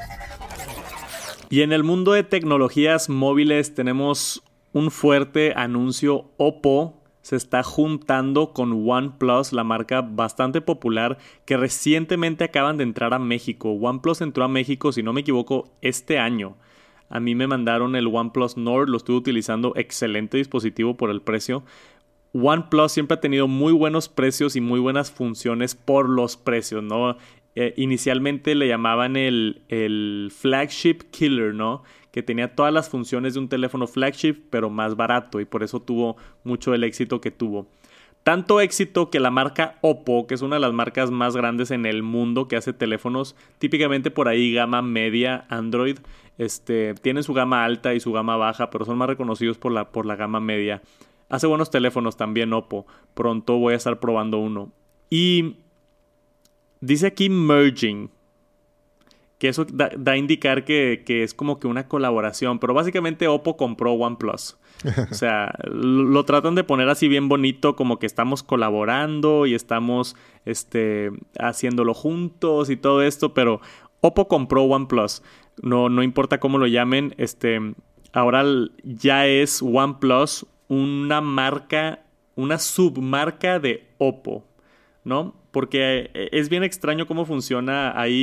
S1: Y en el mundo de tecnologías móviles tenemos un fuerte anuncio. Oppo se está juntando con OnePlus, la marca bastante popular que recientemente acaban de entrar a México. OnePlus entró a México, si no me equivoco, este año. A mí me mandaron el OnePlus Nord, lo estuve utilizando, excelente dispositivo por el precio. OnePlus siempre ha tenido muy buenos precios y muy buenas funciones por los precios, ¿no? Eh, inicialmente le llamaban el, el flagship killer, ¿no? Que tenía todas las funciones de un teléfono flagship, pero más barato, y por eso tuvo mucho el éxito que tuvo. Tanto éxito que la marca Oppo, que es una de las marcas más grandes en el mundo que hace teléfonos, típicamente por ahí gama media Android, este, tienen su gama alta y su gama baja, pero son más reconocidos por la, por la gama media. Hace buenos teléfonos también Oppo. Pronto voy a estar probando uno. Y dice aquí merging, que eso da, da a indicar que, que es como que una colaboración. Pero básicamente Oppo compró OnePlus. O sea, lo, lo tratan de poner así bien bonito, como que estamos colaborando y estamos este, haciéndolo juntos y todo esto. Pero Oppo compró OnePlus. No, no importa cómo lo llamen. Este, ahora ya es OnePlus una marca, una submarca de Oppo, ¿no? Porque es bien extraño cómo funciona ahí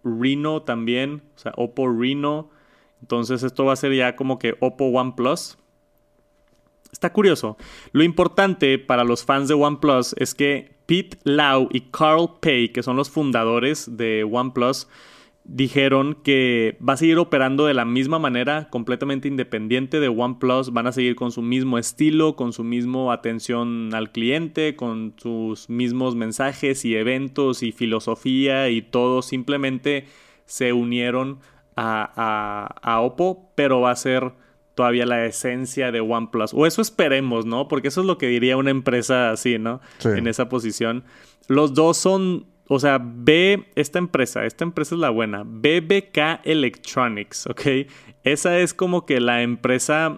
S1: Reno también, o sea, Oppo Reno. Entonces esto va a ser ya como que Oppo OnePlus. Está curioso. Lo importante para los fans de OnePlus es que Pete Lau y Carl Pei, que son los fundadores de OnePlus, dijeron que va a seguir operando de la misma manera, completamente independiente de OnePlus. Van a seguir con su mismo estilo, con su mismo atención al cliente, con sus mismos mensajes y eventos y filosofía y todo. Simplemente se unieron a, a, a Oppo, pero va a ser todavía la esencia de OnePlus. O eso esperemos, ¿no? Porque eso es lo que diría una empresa así, ¿no?
S2: Sí.
S1: En esa posición. Los dos son... O sea, B, esta empresa, esta empresa es la buena. B B K Electronics, ¿ok? Esa es como que la empresa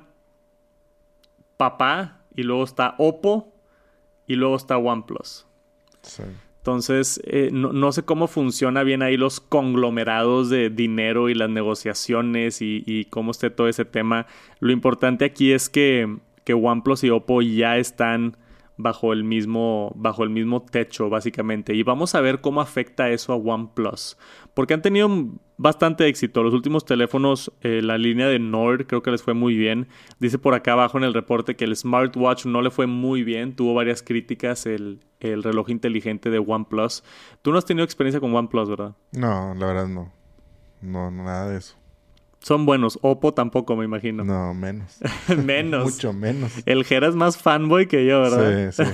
S1: papá, y luego está Oppo, y luego está OnePlus.
S2: Sí.
S1: Entonces, eh, no, no sé cómo funciona bien ahí los conglomerados de dinero y las negociaciones y, y cómo esté todo ese tema. Lo importante aquí es que, que OnePlus y Oppo ya están bajo el mismo bajo el mismo techo, básicamente. Y vamos a ver cómo afecta eso a OnePlus. Porque han tenido bastante éxito. Los últimos teléfonos, eh, la línea de Nord, creo que les fue muy bien. Dice por acá abajo en el reporte que el smartwatch no le fue muy bien. Tuvo varias críticas el, el reloj inteligente de OnePlus. Tú no has tenido experiencia con OnePlus, ¿verdad?
S2: No, la verdad no. No, no nada de eso.
S1: Son buenos. Oppo tampoco, me imagino.
S2: No, menos.
S1: Menos.
S2: Mucho menos.
S1: El Jera es más fanboy que yo, ¿verdad?
S2: Sí, sí.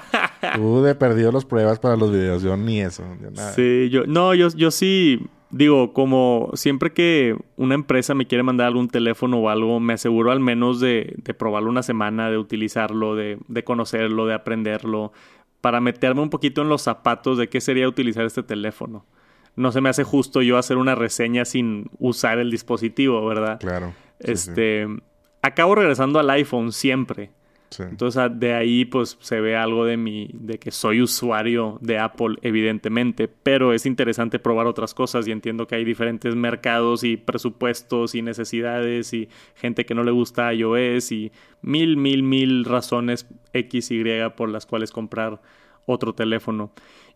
S2: Tú de perdido las pruebas para los videos. Yo ni eso. Yo nada.
S1: Sí, yo... No, yo, yo sí... Digo, como siempre que una empresa me quiere mandar algún teléfono o algo, me aseguro al menos de, de probarlo una semana, de utilizarlo, de, de conocerlo, de aprenderlo, para meterme un poquito en los zapatos de qué sería utilizar este teléfono. No se me hace justo yo hacer una reseña sin usar el dispositivo, ¿verdad?
S2: Claro. Sí,
S1: este,
S2: sí.
S1: Acabo regresando al iPhone siempre.
S2: Sí.
S1: Entonces, de ahí pues se ve algo de mi, de que soy usuario de Apple, evidentemente, pero es interesante probar otras cosas y entiendo que hay diferentes mercados y presupuestos y necesidades y gente que no le gusta iOS y mil, mil, mil razones X, Y por las cuales comprar otro teléfono.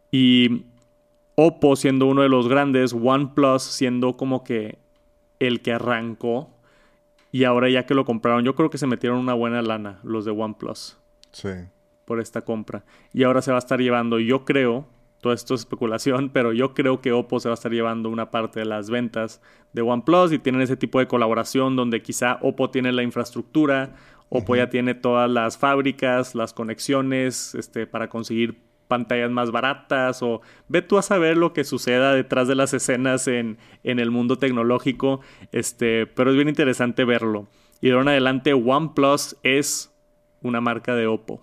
S1: Y Oppo siendo uno de los grandes, OnePlus siendo como que el que arrancó. Y ahora ya que lo compraron, yo creo que se metieron una buena lana los de OnePlus.
S2: Sí.
S1: Por esta compra. Y ahora se va a estar llevando, yo creo, todo esto es especulación, pero yo creo que Oppo se va a estar llevando una parte de las ventas de OnePlus y tienen ese tipo de colaboración donde quizá Oppo tiene la infraestructura, Oppo uh-huh. ya tiene todas las fábricas, las conexiones este, para conseguir pantallas más baratas o ve tú a saber lo que suceda detrás de las escenas en, en el mundo tecnológico, este, pero es bien interesante verlo. Y de ahora en adelante OnePlus es una marca de Oppo.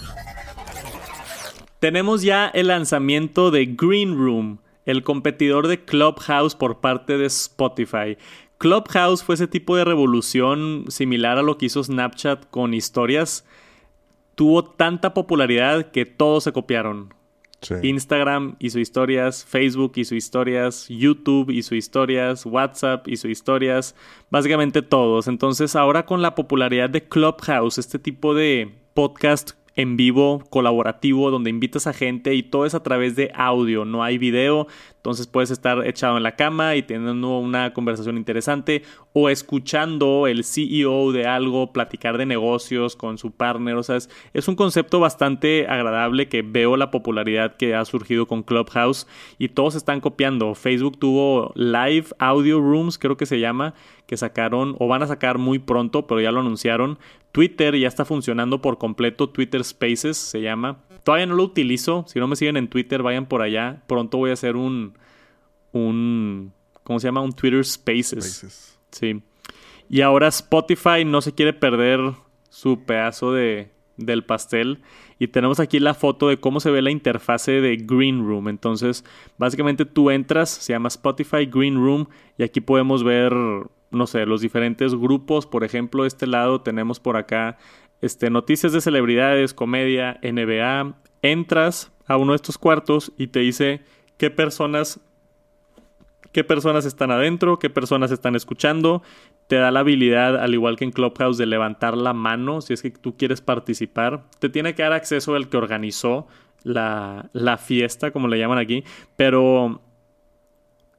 S1: Tenemos ya el lanzamiento de Green Room, el competidor de Clubhouse por parte de Spotify. Clubhouse fue ese tipo de revolución similar a lo que hizo Snapchat con historias. Tuvo tanta popularidad que todos se copiaron. Sí. Instagram hizo historias, Facebook hizo historias, YouTube hizo historias, WhatsApp hizo historias, básicamente todos. Entonces ahora con la popularidad de Clubhouse, este tipo de podcast en vivo, colaborativo, donde invitas a gente y todo es a través de audio, no hay video. Entonces puedes estar echado en la cama y teniendo una conversación interesante o escuchando el C E O de algo, platicar de negocios con su partner. O sea, es, es un concepto bastante agradable que veo la popularidad que ha surgido con Clubhouse y todos están copiando. Facebook tuvo Live Audio Rooms, creo que se llama, que sacaron o van a sacar muy pronto, pero ya lo anunciaron. Twitter ya está funcionando por completo. Twitter Spaces se llama. Todavía no lo utilizo. Si no me siguen en Twitter, vayan por allá. Pronto voy a hacer un... un ¿cómo se llama? Un Twitter Spaces. Spaces. Sí. Y ahora Spotify no se quiere perder su pedazo de, del pastel. Y tenemos aquí la foto de cómo se ve la interfase de Green Room. Entonces, básicamente tú entras, se llama Spotify Green Room. Y aquí podemos ver... no sé, los diferentes grupos. Por ejemplo, este lado tenemos por acá este, noticias de celebridades, comedia, N B A. Entras a uno de estos cuartos y te dice qué personas, qué personas están adentro, qué personas están escuchando. Te da la habilidad, al igual que en Clubhouse, de levantar la mano si es que tú quieres participar. Te tiene que dar acceso al que organizó la, la fiesta, como le llaman aquí. Pero...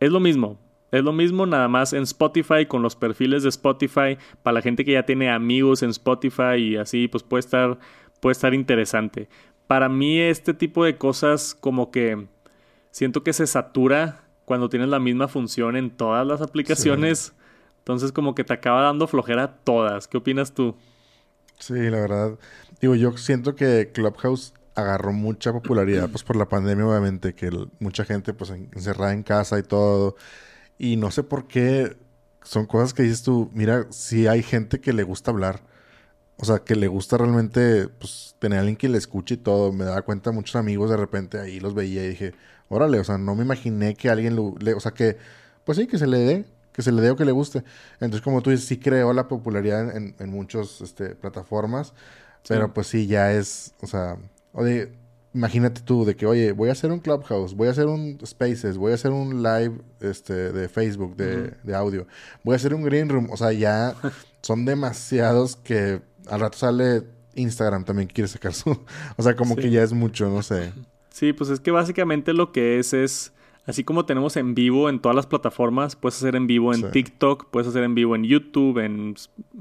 S1: es lo mismo. Es lo mismo, nada más en Spotify, con los perfiles de Spotify. Para la gente que ya tiene amigos en Spotify y así, pues puede estar, puede estar interesante. Para mí este tipo de cosas como que siento que se satura cuando tienes la misma función en todas las aplicaciones. Sí. Entonces como que te acaba dando flojera todas. ¿Qué opinas tú?
S2: Sí, la verdad. Digo, yo siento que Clubhouse agarró mucha popularidad pues por la pandemia, obviamente, que el, mucha gente pues encerrada en casa y todo. Y no sé por qué son cosas que dices tú, mira, si hay gente que le gusta hablar. O sea, que le gusta realmente pues tener a alguien que le escuche y todo. Me daba cuenta muchos amigos de repente ahí los veía y dije, órale, o sea, no me imaginé que alguien lo, le, o sea, que pues sí, que se le dé, que se le dé o que le guste. Entonces, como tú dices, sí creó la popularidad en, en muchas este, plataformas, sí. Pero pues sí, ya es, o sea, oye, imagínate tú de que, oye, voy a hacer un Clubhouse, voy a hacer un Spaces, voy a hacer un live este, de Facebook, de, uh-huh. de audio, voy a hacer un Green Room, o sea, ya son demasiados que al rato sale Instagram también quiere sacar su, o sea, como sí. que ya es mucho, no sé.
S1: Sí, pues es que básicamente lo que es es, así como tenemos en vivo en todas las plataformas, puedes hacer en vivo en sí. TikTok, puedes hacer en vivo en YouTube, en,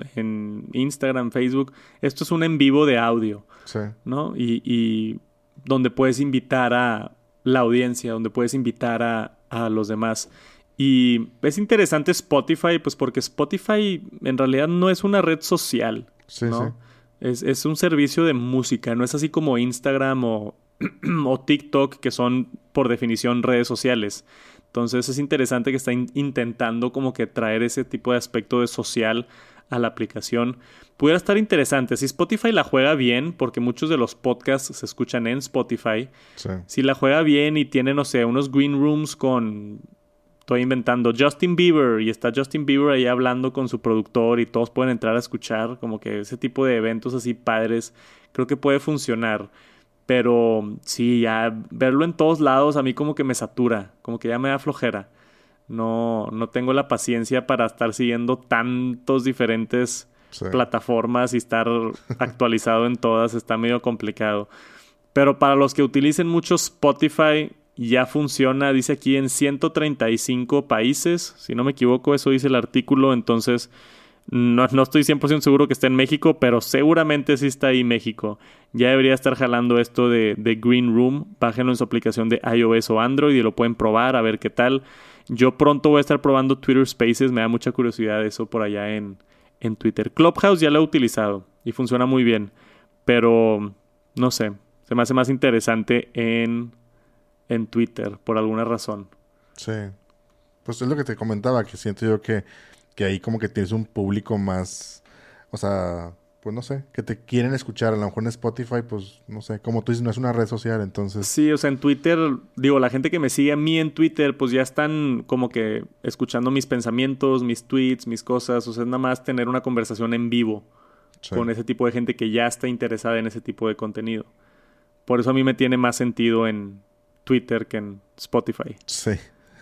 S1: en Instagram, Facebook. Esto es un en vivo de audio,
S2: sí.
S1: ¿no? Y, y donde puedes invitar a la audiencia, donde puedes invitar a, a los demás. Y es interesante Spotify, pues porque Spotify en realidad no es una red social,
S2: sí,
S1: ¿no?
S2: Sí.
S1: Es, es un servicio de música, no es así como Instagram o... o TikTok, que son por definición redes sociales. Entonces es interesante que está in- intentando como que traer ese tipo de aspecto de social a la aplicación. Pudiera estar interesante si Spotify la juega bien, porque muchos de los podcasts se escuchan en Spotify.
S2: Sí.
S1: Si la juega bien y tiene, no sé, unos green rooms con... Estoy inventando Justin Bieber y está Justin Bieber ahí hablando con su productor y todos pueden entrar a escuchar, como que ese tipo de eventos así padres, creo que puede funcionar. Pero sí, ya verlo en todos lados a mí como que me satura, como que ya me da flojera. No, no tengo la paciencia para estar siguiendo tantos diferentes sí. plataformas y estar actualizado en todas, está medio complicado. Pero para los que utilicen mucho Spotify, ya funciona, dice aquí en ciento treinta y cinco países, si no me equivoco, eso dice el artículo, entonces... No, no estoy cien por ciento seguro que esté en México, pero seguramente sí está ahí México. Ya debería estar jalando esto de, de Green Room. Bájenlo en su aplicación de iOS o Android y lo pueden probar a ver qué tal. Yo pronto voy a estar probando Twitter Spaces. Me da mucha curiosidad eso por allá en, en Twitter. Clubhouse ya lo he utilizado y funciona muy bien. Pero no sé, se me hace más interesante en, en Twitter por alguna razón.
S2: Sí. Pues es lo que te comentaba, que siento yo que que ahí como que tienes un público más, o sea, pues no sé, que te quieren escuchar. A lo mejor en Spotify, pues no sé, como tú dices, no es una red social, entonces...
S1: Sí, o sea, en Twitter, digo, la gente que me sigue a mí en Twitter, pues ya están como que escuchando mis pensamientos, mis tweets, mis cosas. O sea, es nada más tener una conversación en vivo sí. con ese tipo de gente que ya está interesada en ese tipo de contenido. Por eso a mí me tiene más sentido en Twitter que en Spotify.
S2: Sí.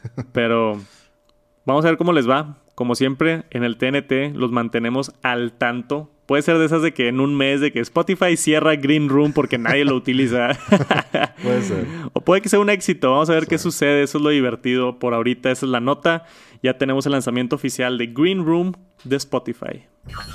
S1: Pero vamos a ver cómo les va. Como siempre, en el T N T los mantenemos al tanto. Puede ser de esas de que en un mes de que Spotify cierra Green Room porque nadie lo utiliza.
S2: Puede ser.
S1: O puede que sea un éxito. Vamos a ver sí. qué sucede. Eso es lo divertido. Por ahorita esa es la nota. Ya tenemos el lanzamiento oficial de Green Room de Spotify.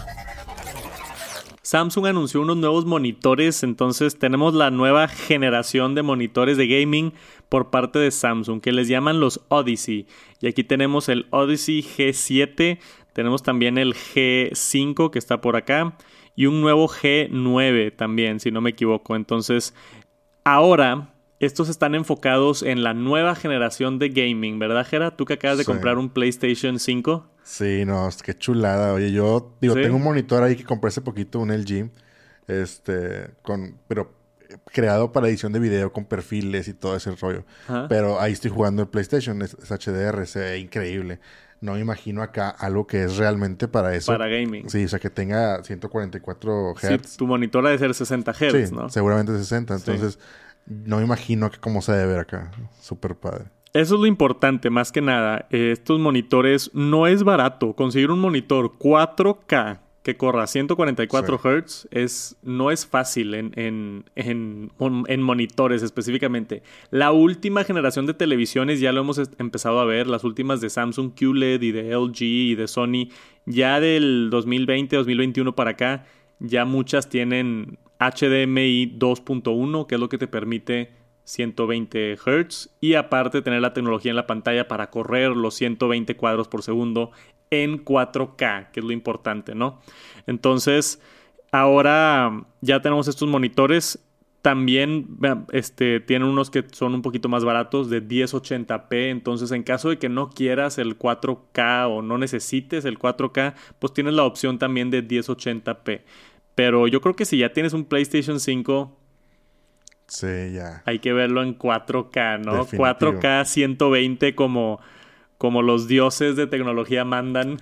S1: Samsung anunció unos nuevos monitores, entonces tenemos la nueva generación de monitores de gaming por parte de Samsung, que les llaman los Odyssey. Y aquí tenemos el Odyssey G siete, tenemos también el G cinco que está por acá, y un nuevo G nueve también, si no me equivoco. Entonces, ahora estos están enfocados en la nueva generación de gaming, ¿verdad, Jera? Tú que acabas de sí. comprar un PlayStation cinco.
S2: Sí, no, qué chulada. Oye, yo digo, ¿sí? tengo un monitor ahí que compré hace poquito, un L G, este, con, pero creado para edición de video con perfiles y todo ese rollo. Ajá. Pero ahí estoy jugando el PlayStation, es, es H D R, se ve increíble. No me imagino acá algo que es realmente para eso.
S1: Para gaming.
S2: Sí, o sea, que tenga ciento cuarenta y cuatro hertz.
S1: Sí, tu monitor ha de ser sesenta hertz,
S2: sí,
S1: ¿no?
S2: Seguramente sesenta, entonces sí. no me imagino que cómo se debe ver acá. Súper padre.
S1: Eso es lo importante, más que nada. Eh, estos monitores no es barato. Conseguir un monitor cuatro K que corra a ciento cuarenta y cuatro sí. Hz es, no es fácil en, en, en, en monitores específicamente. La última generación de televisiones ya lo hemos empezado a ver, las últimas de Samsung Q L E D y de L G y de Sony, ya del dos mil veinte, dos mil veintiuno para acá, ya muchas tienen H D M I dos punto uno, que es lo que te permite ciento veinte Hz, y aparte tener la tecnología en la pantalla para correr los ciento veinte cuadros por segundo en cuatro K, que es lo importante, ¿no? Entonces, ahora ya tenemos estos monitores. También este, tienen unos que son un poquito más baratos, de diez ochenta p. Entonces, en caso de que no quieras el cuatro K o no necesites el cuatro K, pues tienes la opción también de diez ochenta p. Pero yo creo que si ya tienes un PlayStation cinco...
S2: Sí, ya.
S1: Hay que verlo en cuatro K, ¿no? Definitivo. cuatro K ciento veinte como... como los dioses de tecnología mandan.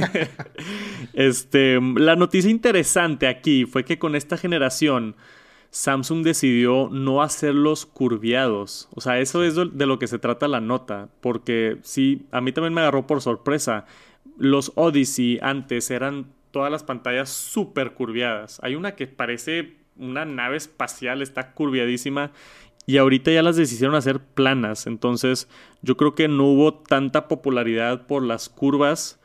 S1: este, la noticia interesante aquí fue que con esta generación Samsung decidió no hacerlos curviados. O sea, eso es de lo que se trata la nota. Porque sí, a mí también me agarró por sorpresa. Los Odyssey antes eran todas las pantallas súper curviadas. Hay una que parece una nave espacial, está curviadísima. Y ahorita ya las decidieron hacer planas. Entonces, yo creo que no hubo tanta popularidad por las curvas.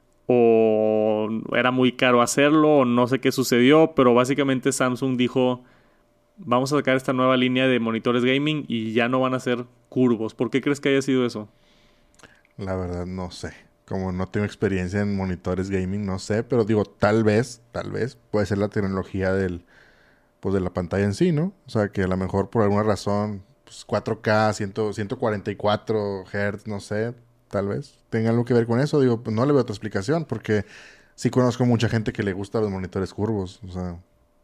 S1: O era muy caro hacerlo. O no sé qué sucedió. Pero básicamente Samsung dijo... Vamos a sacar esta nueva línea de monitores gaming. Y ya no van a ser curvos. ¿Por qué crees que haya sido eso?
S2: La verdad no sé. Como no tengo experiencia en monitores gaming, no sé. Pero digo, tal vez, tal vez. Puede ser la tecnología del... pues de la pantalla en sí, ¿no? O sea, que a lo mejor por alguna razón, pues cuatro K, ciento cuarenta y cuatro Hz, no sé, tal vez tenga algo que ver con eso. Digo, pues no le veo otra explicación, porque sí conozco mucha gente que le gusta los monitores curvos, o sea...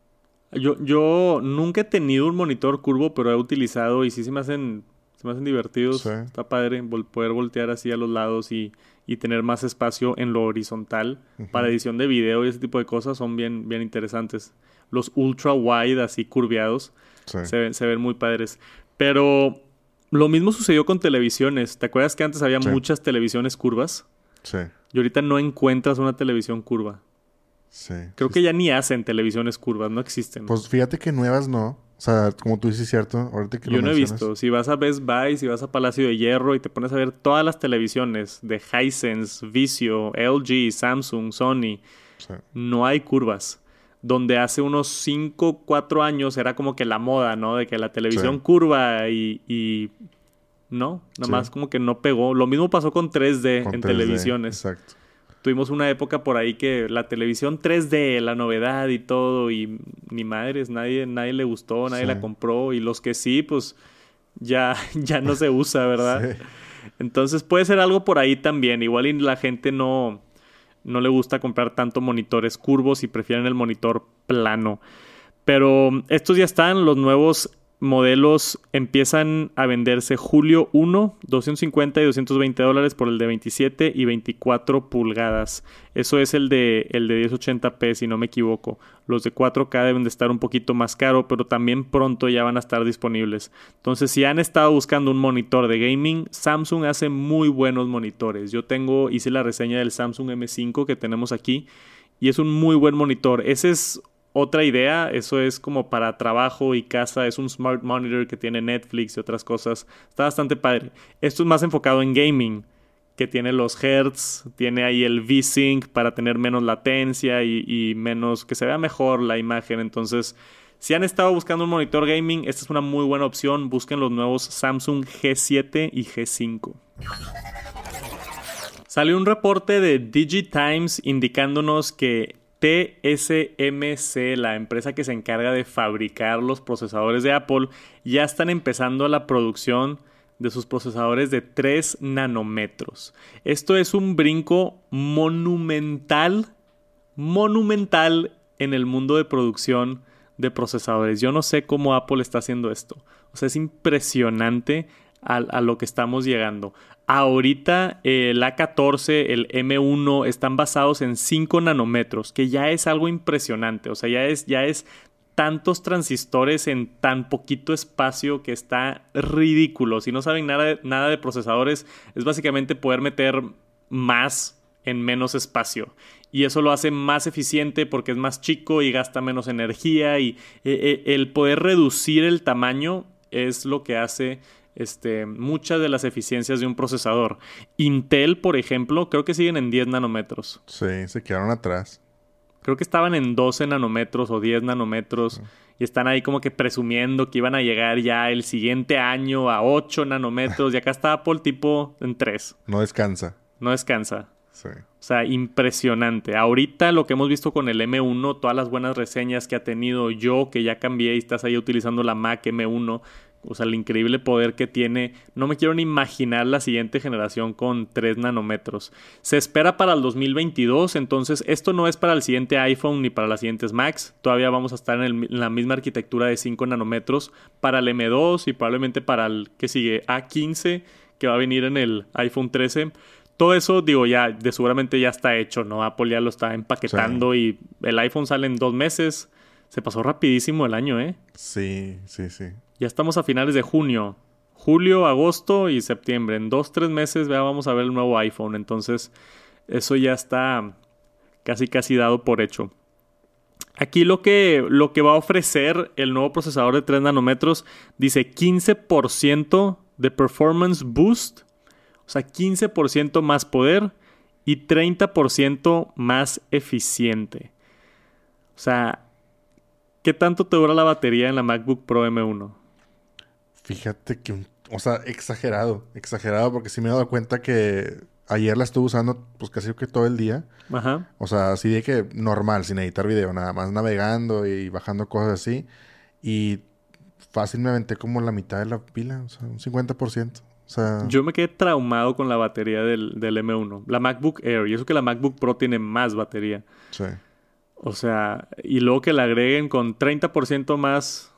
S1: Yo, yo nunca he tenido un monitor curvo, pero he utilizado y sí se me hacen, se me hacen divertidos. Sí. Está padre vol- poder voltear así a los lados y, y tener más espacio en lo horizontal. Uh-huh. Para edición de video y ese tipo de cosas son bien, bien interesantes. Los ultra wide así curviados sí. se, ven, se ven muy padres. Pero lo mismo sucedió con televisiones. ¿Te acuerdas que antes había sí. muchas televisiones curvas?
S2: Sí.
S1: Y ahorita no encuentras una televisión curva.
S2: Sí.
S1: Creo
S2: sí.
S1: que ya ni hacen televisiones curvas, no existen.
S2: Pues fíjate que nuevas no. O sea, como tú dices, cierto. Ahorita que
S1: Yo
S2: lo
S1: no
S2: mencionas.
S1: he visto. Si vas a Best Buy, si vas a Palacio de Hierro y te pones a ver todas las televisiones de Hisense, Vizio, L G, Samsung, Sony, sí. no hay curvas. Donde hace unos cinco, cuatro años era como que la moda, ¿no? De que la televisión sí. curva y, y... No, nada más sí. como que no pegó. Lo mismo pasó con tres D
S2: con
S1: en
S2: tres D,
S1: televisiones.
S2: Exacto.
S1: Tuvimos una época por ahí que la televisión tres D, la novedad y todo, y ni madres, nadie, nadie le gustó, nadie sí. la compró. Y los que sí, pues ya, ya no se usa, ¿verdad? Sí. Entonces puede ser algo por ahí también. Igual y la gente no... no le gusta comprar tanto monitores curvos y prefieren el monitor plano. Pero estos ya están, los nuevos modelos empiezan a venderse julio primero, doscientos cincuenta y doscientos veinte dólares por el de veintisiete y veinticuatro pulgadas. Eso es el de, el de diez ochenta p, si no me equivoco. Los de cuatro K deben de estar un poquito más caro, pero también pronto ya van a estar disponibles. Entonces, si han estado buscando un monitor de gaming, Samsung hace muy buenos monitores. Yo tengo, hice la reseña del Samsung M cinco que tenemos aquí y es un muy buen monitor. Ese es otra idea, eso es como para trabajo y casa, es un smart monitor que tiene Netflix y otras cosas. Está bastante padre. Esto es más enfocado en gaming, que tiene los hertz, tiene ahí el V-Sync para tener menos latencia y, y menos, que se vea mejor la imagen. Entonces, si han estado buscando un monitor gaming, esta es una muy buena opción. Busquen los nuevos Samsung G siete y G cinco. Salió un reporte de DigiTimes indicándonos que T S M C, la empresa que se encarga de fabricar los procesadores de Apple, ya están empezando la producción de sus procesadores de tres nanómetros. Esto es un brinco monumental, monumental en el mundo de producción de procesadores. Yo no sé cómo Apple está haciendo esto. O sea, es impresionante a, a lo que estamos llegando. Ahorita eh, el A catorce, el M uno están basados en cinco nanómetros, que ya es algo impresionante. O sea, ya es, ya es tantos transistores en tan poquito espacio que está ridículo. Si no saben nada de, nada de procesadores, es básicamente poder meter más en menos espacio. Y eso lo hace más eficiente porque es más chico y gasta menos energía. Y eh, eh, el poder reducir el tamaño es lo que hace este, muchas de las eficiencias de un procesador. Intel, por ejemplo, creo que siguen en diez nanómetros.
S2: Sí, se quedaron atrás.
S1: Creo que estaban en doce nanómetros o diez nanómetros. Sí. Y están ahí como que presumiendo que iban a llegar ya el siguiente año a ocho nanómetros. Y acá está Apple tipo en tres.
S2: No descansa.
S1: No descansa.
S2: Sí.
S1: O sea, impresionante. Ahorita lo que hemos visto con el M uno, todas las buenas reseñas que ha tenido yo, que ya cambié y estás ahí utilizando la Mac M uno, o sea, el increíble poder que tiene. No me quiero ni imaginar la siguiente generación con tres nanómetros. Se espera para el dos mil veintidós, entonces esto no es para el siguiente iPhone ni para las siguientes Macs. Todavía vamos a estar en, el, en la misma arquitectura de cinco nanómetros para el M dos y probablemente para el que sigue A quince, que va a venir en el iPhone trece. Todo eso, digo, ya de seguramente ya está hecho, ¿no? Apple ya lo está empaquetando, sí. Y el iPhone sale en dos meses. Se pasó rapidísimo el año, ¿eh?
S2: Sí, sí, sí.
S1: Ya estamos a finales de junio. Julio, agosto y septiembre. En dos, tres meses ya vamos a ver el nuevo iPhone. Entonces, eso ya está casi, casi dado por hecho. Aquí lo que, lo que va a ofrecer el nuevo procesador de tres nanómetros dice quince por ciento de performance boost. O sea, quince por ciento más poder y treinta por ciento más eficiente. O sea, ¿qué tanto te dura la batería en la MacBook Pro M uno?
S2: Fíjate que, o sea, exagerado, exagerado, porque sí me he dado cuenta que ayer la estuve usando pues casi que todo el día.
S1: Ajá.
S2: O sea, así de que normal, sin editar video, nada más navegando y bajando cosas así. Y fácil me aventé como la mitad de la pila, o sea, un cincuenta por ciento. O sea...
S1: Yo me quedé traumado con la batería del, del M uno. La MacBook Air. Y eso que la MacBook Pro tiene más batería.
S2: Sí.
S1: O sea, y luego que la agreguen con treinta por ciento más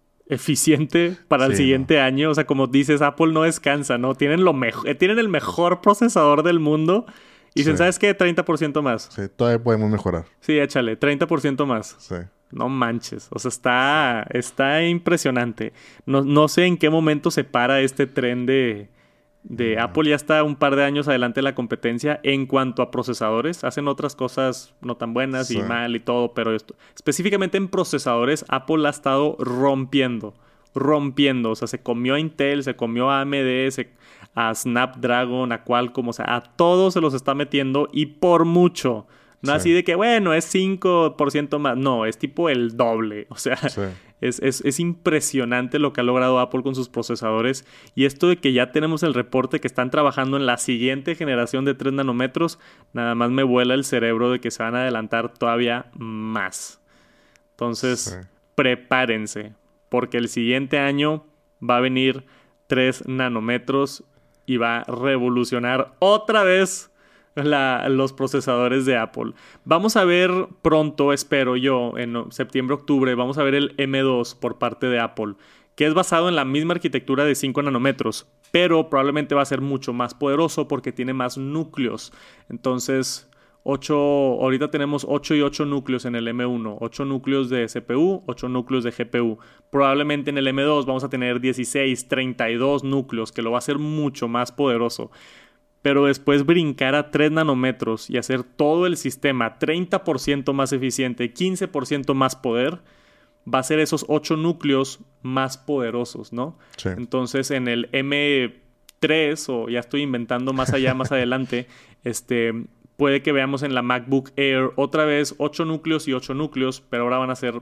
S1: eficiente para el sí, siguiente no. año. O sea, como dices, Apple no descansa, ¿no? Tienen, lo mejor, tienen el mejor procesador del mundo. Y dicen, sí. ¿Sabes qué? treinta por ciento más.
S2: Sí, todavía podemos mejorar.
S1: Sí, échale. treinta por ciento más.
S2: Sí.
S1: No manches. O sea, está, está impresionante. No, no sé en qué momento se para este tren de... de mm. Apple. Ya está un par de años adelante de la competencia en cuanto a procesadores. Hacen otras cosas no tan buenas sí. y mal y todo, pero esto, específicamente en procesadores, Apple la ha estado rompiendo. Rompiendo. O sea, se comió a Intel, se comió a A M D, se, a Snapdragon, a Qualcomm. O sea, a todos se los está metiendo y por mucho. No sí. así de que, bueno, es cinco por ciento más. No, es tipo el doble. O sea, sí. es, es, es impresionante lo que ha logrado Apple con sus procesadores. Y esto de que ya tenemos el reporte que están trabajando en la siguiente generación de tres nanómetros, nada más me vuela el cerebro de que se van a adelantar todavía más. Entonces, sí. prepárense. Porque el siguiente año va a venir tres nanómetros y va a revolucionar otra vez La, los procesadores de Apple. Vamos a ver pronto, espero yo, en septiembre, octubre, vamos a ver el M dos por parte de Apple, que es basado en la misma arquitectura de cinco nanómetros, pero probablemente va a ser mucho más poderoso porque tiene más núcleos. Entonces, ocho, ahorita tenemos ocho y ocho núcleos en el M uno, ocho núcleos de C P U, ocho núcleos de G P U. Probablemente en el M dos vamos a tener dieciséis, treinta y dos núcleos, que lo va a hacer mucho más poderoso. Pero después brincar a tres nanómetros y hacer todo el sistema treinta por ciento más eficiente, quince por ciento más poder, va a ser esos ocho núcleos más poderosos, ¿no?
S2: Sí.
S1: Entonces, en el M tres, o ya estoy inventando más allá, más adelante, este, puede que veamos en la MacBook Air otra vez ocho núcleos y ocho núcleos, pero ahora van a ser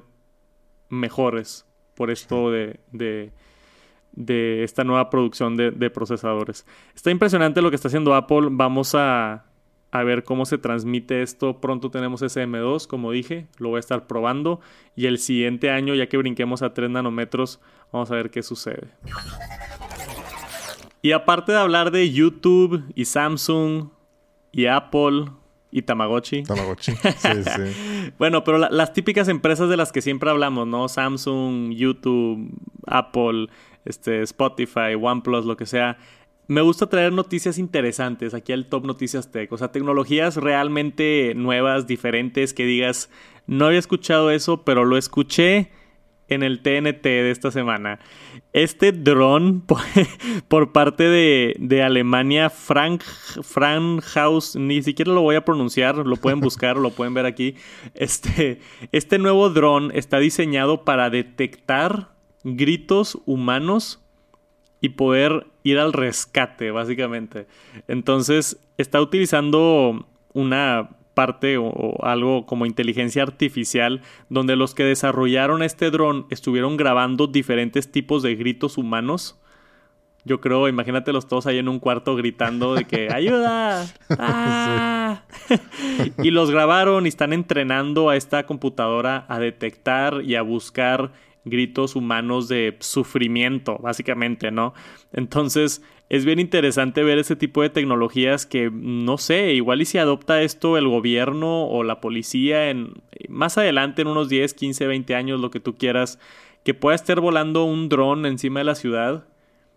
S1: mejores por esto sí. de... de de esta nueva producción de, de procesadores. Está impresionante lo que está haciendo Apple. Vamos a, a ver cómo se transmite esto. Pronto tenemos ese M dos, como dije. Lo voy a estar probando. Y el siguiente año, ya que brinquemos a tres nanómetros, vamos a ver qué sucede. Y aparte de hablar de YouTube y Samsung y Apple y Tamagotchi.
S2: Tamagotchi, sí, sí.
S1: Bueno, pero la, las típicas empresas de las que siempre hablamos, ¿no? Samsung, YouTube, Apple... Este, Spotify, OnePlus, lo que sea. Me gusta traer noticias interesantes aquí al Top Noticias Tech. O sea, tecnologías realmente nuevas, diferentes, que digas, no había escuchado eso, pero lo escuché en el T N T de esta semana. Este dron por, por parte de, de Alemania, Frank, Fraunhaus, ni siquiera lo voy a pronunciar, lo pueden buscar, lo pueden ver aquí. Este, este nuevo dron está diseñado para detectar gritos humanos y poder ir al rescate, básicamente. Entonces, está utilizando una parte o, o algo como inteligencia artificial, donde los que desarrollaron este dron estuvieron grabando diferentes tipos de gritos humanos. Yo creo, imagínatelos todos ahí en un cuarto gritando de que ¡ayuda! ¡Ah! Sí. Y los grabaron y están entrenando a esta computadora a detectar y a buscar gritos humanos de sufrimiento, básicamente, ¿no? Entonces, es bien interesante ver ese tipo de tecnologías que, no sé, igual y si adopta esto el gobierno o la policía en más adelante, en unos diez, quince, veinte años, lo que tú quieras, que pueda estar volando un dron encima de la ciudad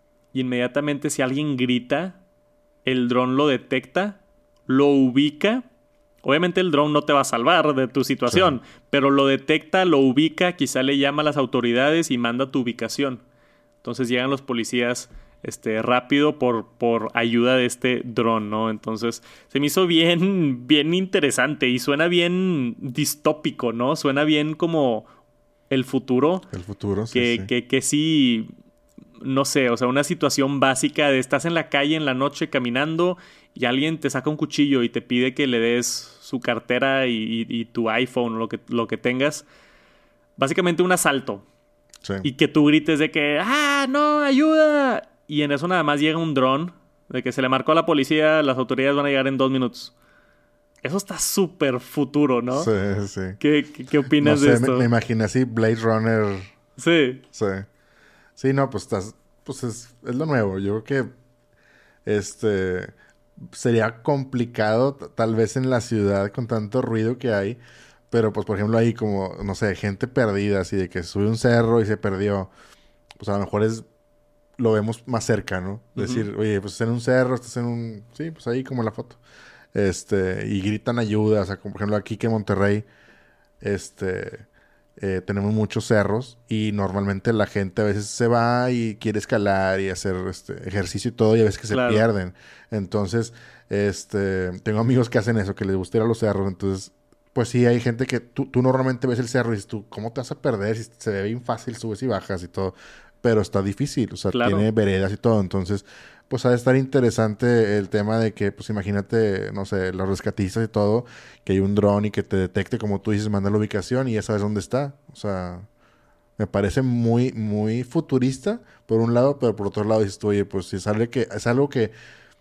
S1: y inmediatamente si alguien grita, el dron lo detecta, lo ubica. Obviamente el dron no te va a salvar de tu situación, sí, pero lo detecta, lo ubica, quizá le llama a las autoridades y manda tu ubicación. Entonces llegan los policías este, rápido por, por ayuda de este dron, ¿no? Entonces se me hizo bien, bien interesante y suena bien distópico, ¿no? Suena bien como el futuro.
S2: El futuro, sí,
S1: que,
S2: sí.
S1: Que, que sí, no sé, o sea, una situación básica de estás en la calle en la noche caminando y alguien te saca un cuchillo y te pide que le des su cartera y, y, y tu iPhone o lo que, lo que tengas. Básicamente un asalto.
S2: Sí.
S1: Y que tú grites de que ¡ah, no, ayuda! Y en eso nada más llega un dron de que se le marcó a la policía, las autoridades van a llegar en dos minutos. Eso está súper futuro, ¿no?
S2: Sí, sí.
S1: ¿Qué, qué, qué opinas
S2: no sé,
S1: de esto?
S2: Me, me imaginé así Blade Runner.
S1: Sí.
S2: Sí. Sí, no, pues estás... Pues es, es lo nuevo. Yo creo que... Este... Sería complicado t- tal vez en la ciudad con tanto ruido que hay. Pero pues por ejemplo ahí como... No sé, gente perdida. Así de que sube un cerro y se perdió. Pues a lo mejor es... Lo vemos más cerca, ¿no?
S1: Uh-huh.
S2: Decir, oye, pues estás en un cerro, estás en un... Sí, pues ahí como la foto. Este... Y gritan ayuda. O sea, como por ejemplo aquí que en Monterrey... Este... Eh, tenemos muchos cerros y normalmente la gente a veces se va y quiere escalar y hacer este ejercicio y todo y a veces que
S1: Claro.
S2: se pierden. Entonces, este, tengo amigos que hacen eso, que les gusta ir a los cerros. Entonces, pues sí, hay gente que tú, tú normalmente ves el cerro y dices tú, ¿cómo te vas a perder? Si se ve bien fácil, subes y bajas y todo. Pero está difícil, o sea,
S1: Claro.
S2: tiene veredas y todo. Entonces, pues ha de estar interesante el tema de que, pues imagínate, no sé, los rescatistas y todo, que hay un dron y que te detecte, como tú dices, manda la ubicación y ya sabes dónde está. O sea, me parece muy, muy futurista, por un lado, pero por otro lado dices tú, oye, pues si es algo que, es algo que,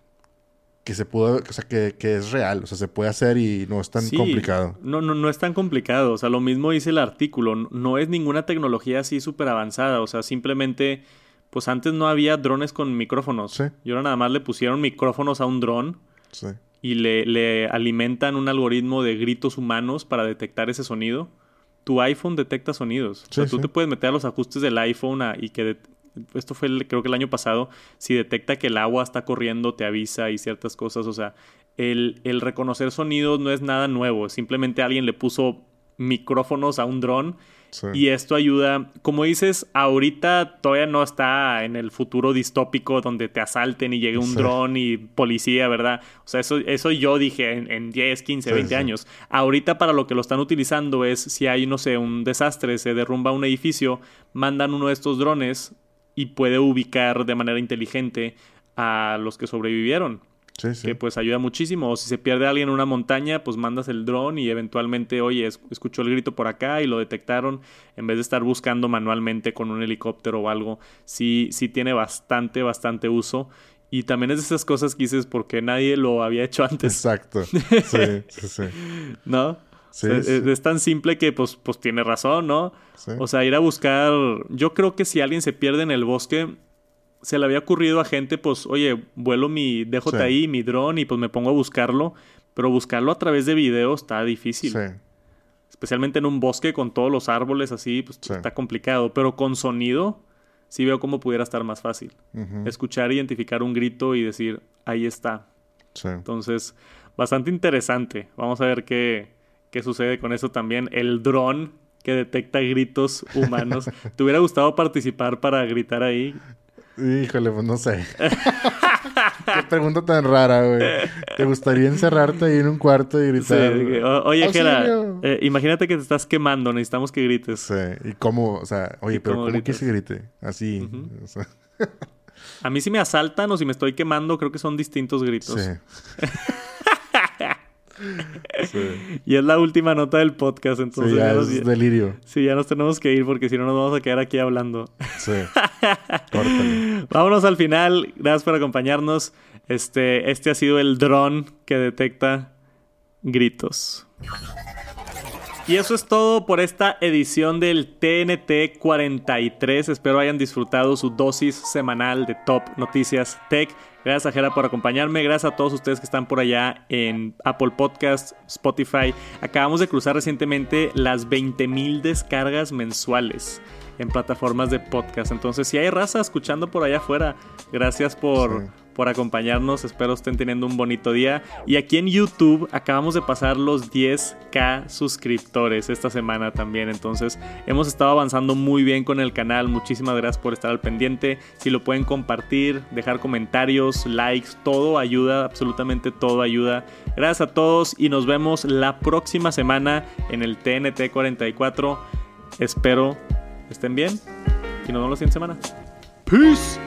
S2: que se pudo, o sea, que, que es real, o sea, se puede hacer y no es tan
S1: Sí,
S2: complicado.
S1: No, no, no es tan complicado. O sea, lo mismo dice el artículo. No, no es ninguna tecnología así súper avanzada. O sea, simplemente, pues antes no había drones con micrófonos.
S2: Sí.
S1: Y ahora nada más le pusieron micrófonos a un dron
S2: Sí.
S1: y le, le alimentan un algoritmo de gritos humanos para detectar ese sonido. Tu iPhone detecta sonidos. O sea,
S2: Sí,
S1: tú
S2: sí.
S1: te puedes meter a los ajustes del iPhone a- y que... det- esto fue el- creo que el año pasado. Si detecta que el agua está corriendo, te avisa y ciertas cosas. O sea, el, el reconocer sonidos no es nada nuevo. Simplemente alguien le puso micrófonos a un dron.
S2: Sí.
S1: Y esto ayuda, como dices, ahorita todavía no está en el futuro distópico donde te asalten y llegue un
S2: Sí.
S1: dron y policía, ¿verdad? O sea, eso, eso yo dije en, en diez, quince,
S2: Sí,
S1: veinte
S2: sí.
S1: años. Ahorita para lo que lo están utilizando es si hay, no sé, un desastre, se derrumba un edificio, mandan uno de estos drones y puede ubicar de manera inteligente a los que sobrevivieron.
S2: Sí, sí.
S1: Que pues ayuda muchísimo. O si se pierde alguien en una montaña, pues mandas el dron y eventualmente, oye, es- escuchó el grito por acá y lo detectaron. En vez de estar buscando manualmente con un helicóptero o algo, sí, sí tiene bastante, bastante uso. Y también es de esas cosas que dices porque nadie lo había hecho antes,
S2: Exacto. Sí, sí, sí.
S1: ¿no?
S2: Sí,
S1: O sea,
S2: sí.
S1: es, es tan simple que pues, pues tiene razón, ¿no?
S2: Sí.
S1: O sea, ir a buscar... Yo creo que si alguien se pierde en el bosque, se le había ocurrido a gente, pues, oye, vuelo mi... Déjote
S2: Sí.
S1: ahí mi dron y pues me pongo a buscarlo. Pero buscarlo a través de video está difícil.
S2: Sí.
S1: Especialmente en un bosque con todos los árboles así, pues
S2: Sí.
S1: está complicado. Pero con sonido, sí veo cómo pudiera estar más fácil.
S2: Ujú.
S1: Escuchar, identificar un grito y decir, ahí está.
S2: Sí.
S1: Entonces, bastante interesante. Vamos a ver qué, qué sucede con eso también. El dron que detecta gritos humanos. ¿Te hubiera gustado participar para gritar ahí?
S2: Híjole, pues no sé. Qué pregunta tan rara, güey. ¿Te gustaría encerrarte ahí en un cuarto y gritar?
S1: Sí, o, oye, Jera, eh, imagínate que te estás quemando, necesitamos que grites.
S2: Sí, ¿y cómo? O sea, oye, pero ¿cómo, ¿cómo quieres que grite? Así, uh-huh. O sea...
S1: A mí si me asaltan o si me estoy quemando, creo que son distintos gritos.
S2: Sí.
S1: Sí. Y es la última nota del podcast, entonces
S2: sí, ya,
S1: ya
S2: es
S1: nos,
S2: delirio.
S1: Sí, ya nos tenemos que ir porque si no nos vamos a quedar aquí hablando.
S2: Sí. Córtale.
S1: Vámonos al final. Gracias por acompañarnos. Este, este ha sido el dron que detecta gritos. Y eso es todo por esta edición del T N T cuarenta y tres. Espero hayan disfrutado su dosis semanal de Top Noticias Tech. Gracias a Jera por acompañarme. Gracias a todos ustedes que están por allá en Apple Podcasts, Spotify. Acabamos de cruzar recientemente las veinte mil descargas mensuales en plataformas de podcast. Entonces, si hay raza escuchando por allá afuera, gracias por... Sí. por acompañarnos, espero estén teniendo un bonito día. Y aquí en YouTube acabamos de pasar los diez mil suscriptores esta semana también, entonces hemos estado avanzando muy bien con el canal. Muchísimas gracias por estar al pendiente. Si lo pueden compartir, dejar comentarios, likes, todo ayuda, absolutamente todo ayuda. Gracias a todos y nos vemos la próxima semana en el T N T cuarenta y cuatro. Espero estén bien y nos vemos la siguiente semana. Peace.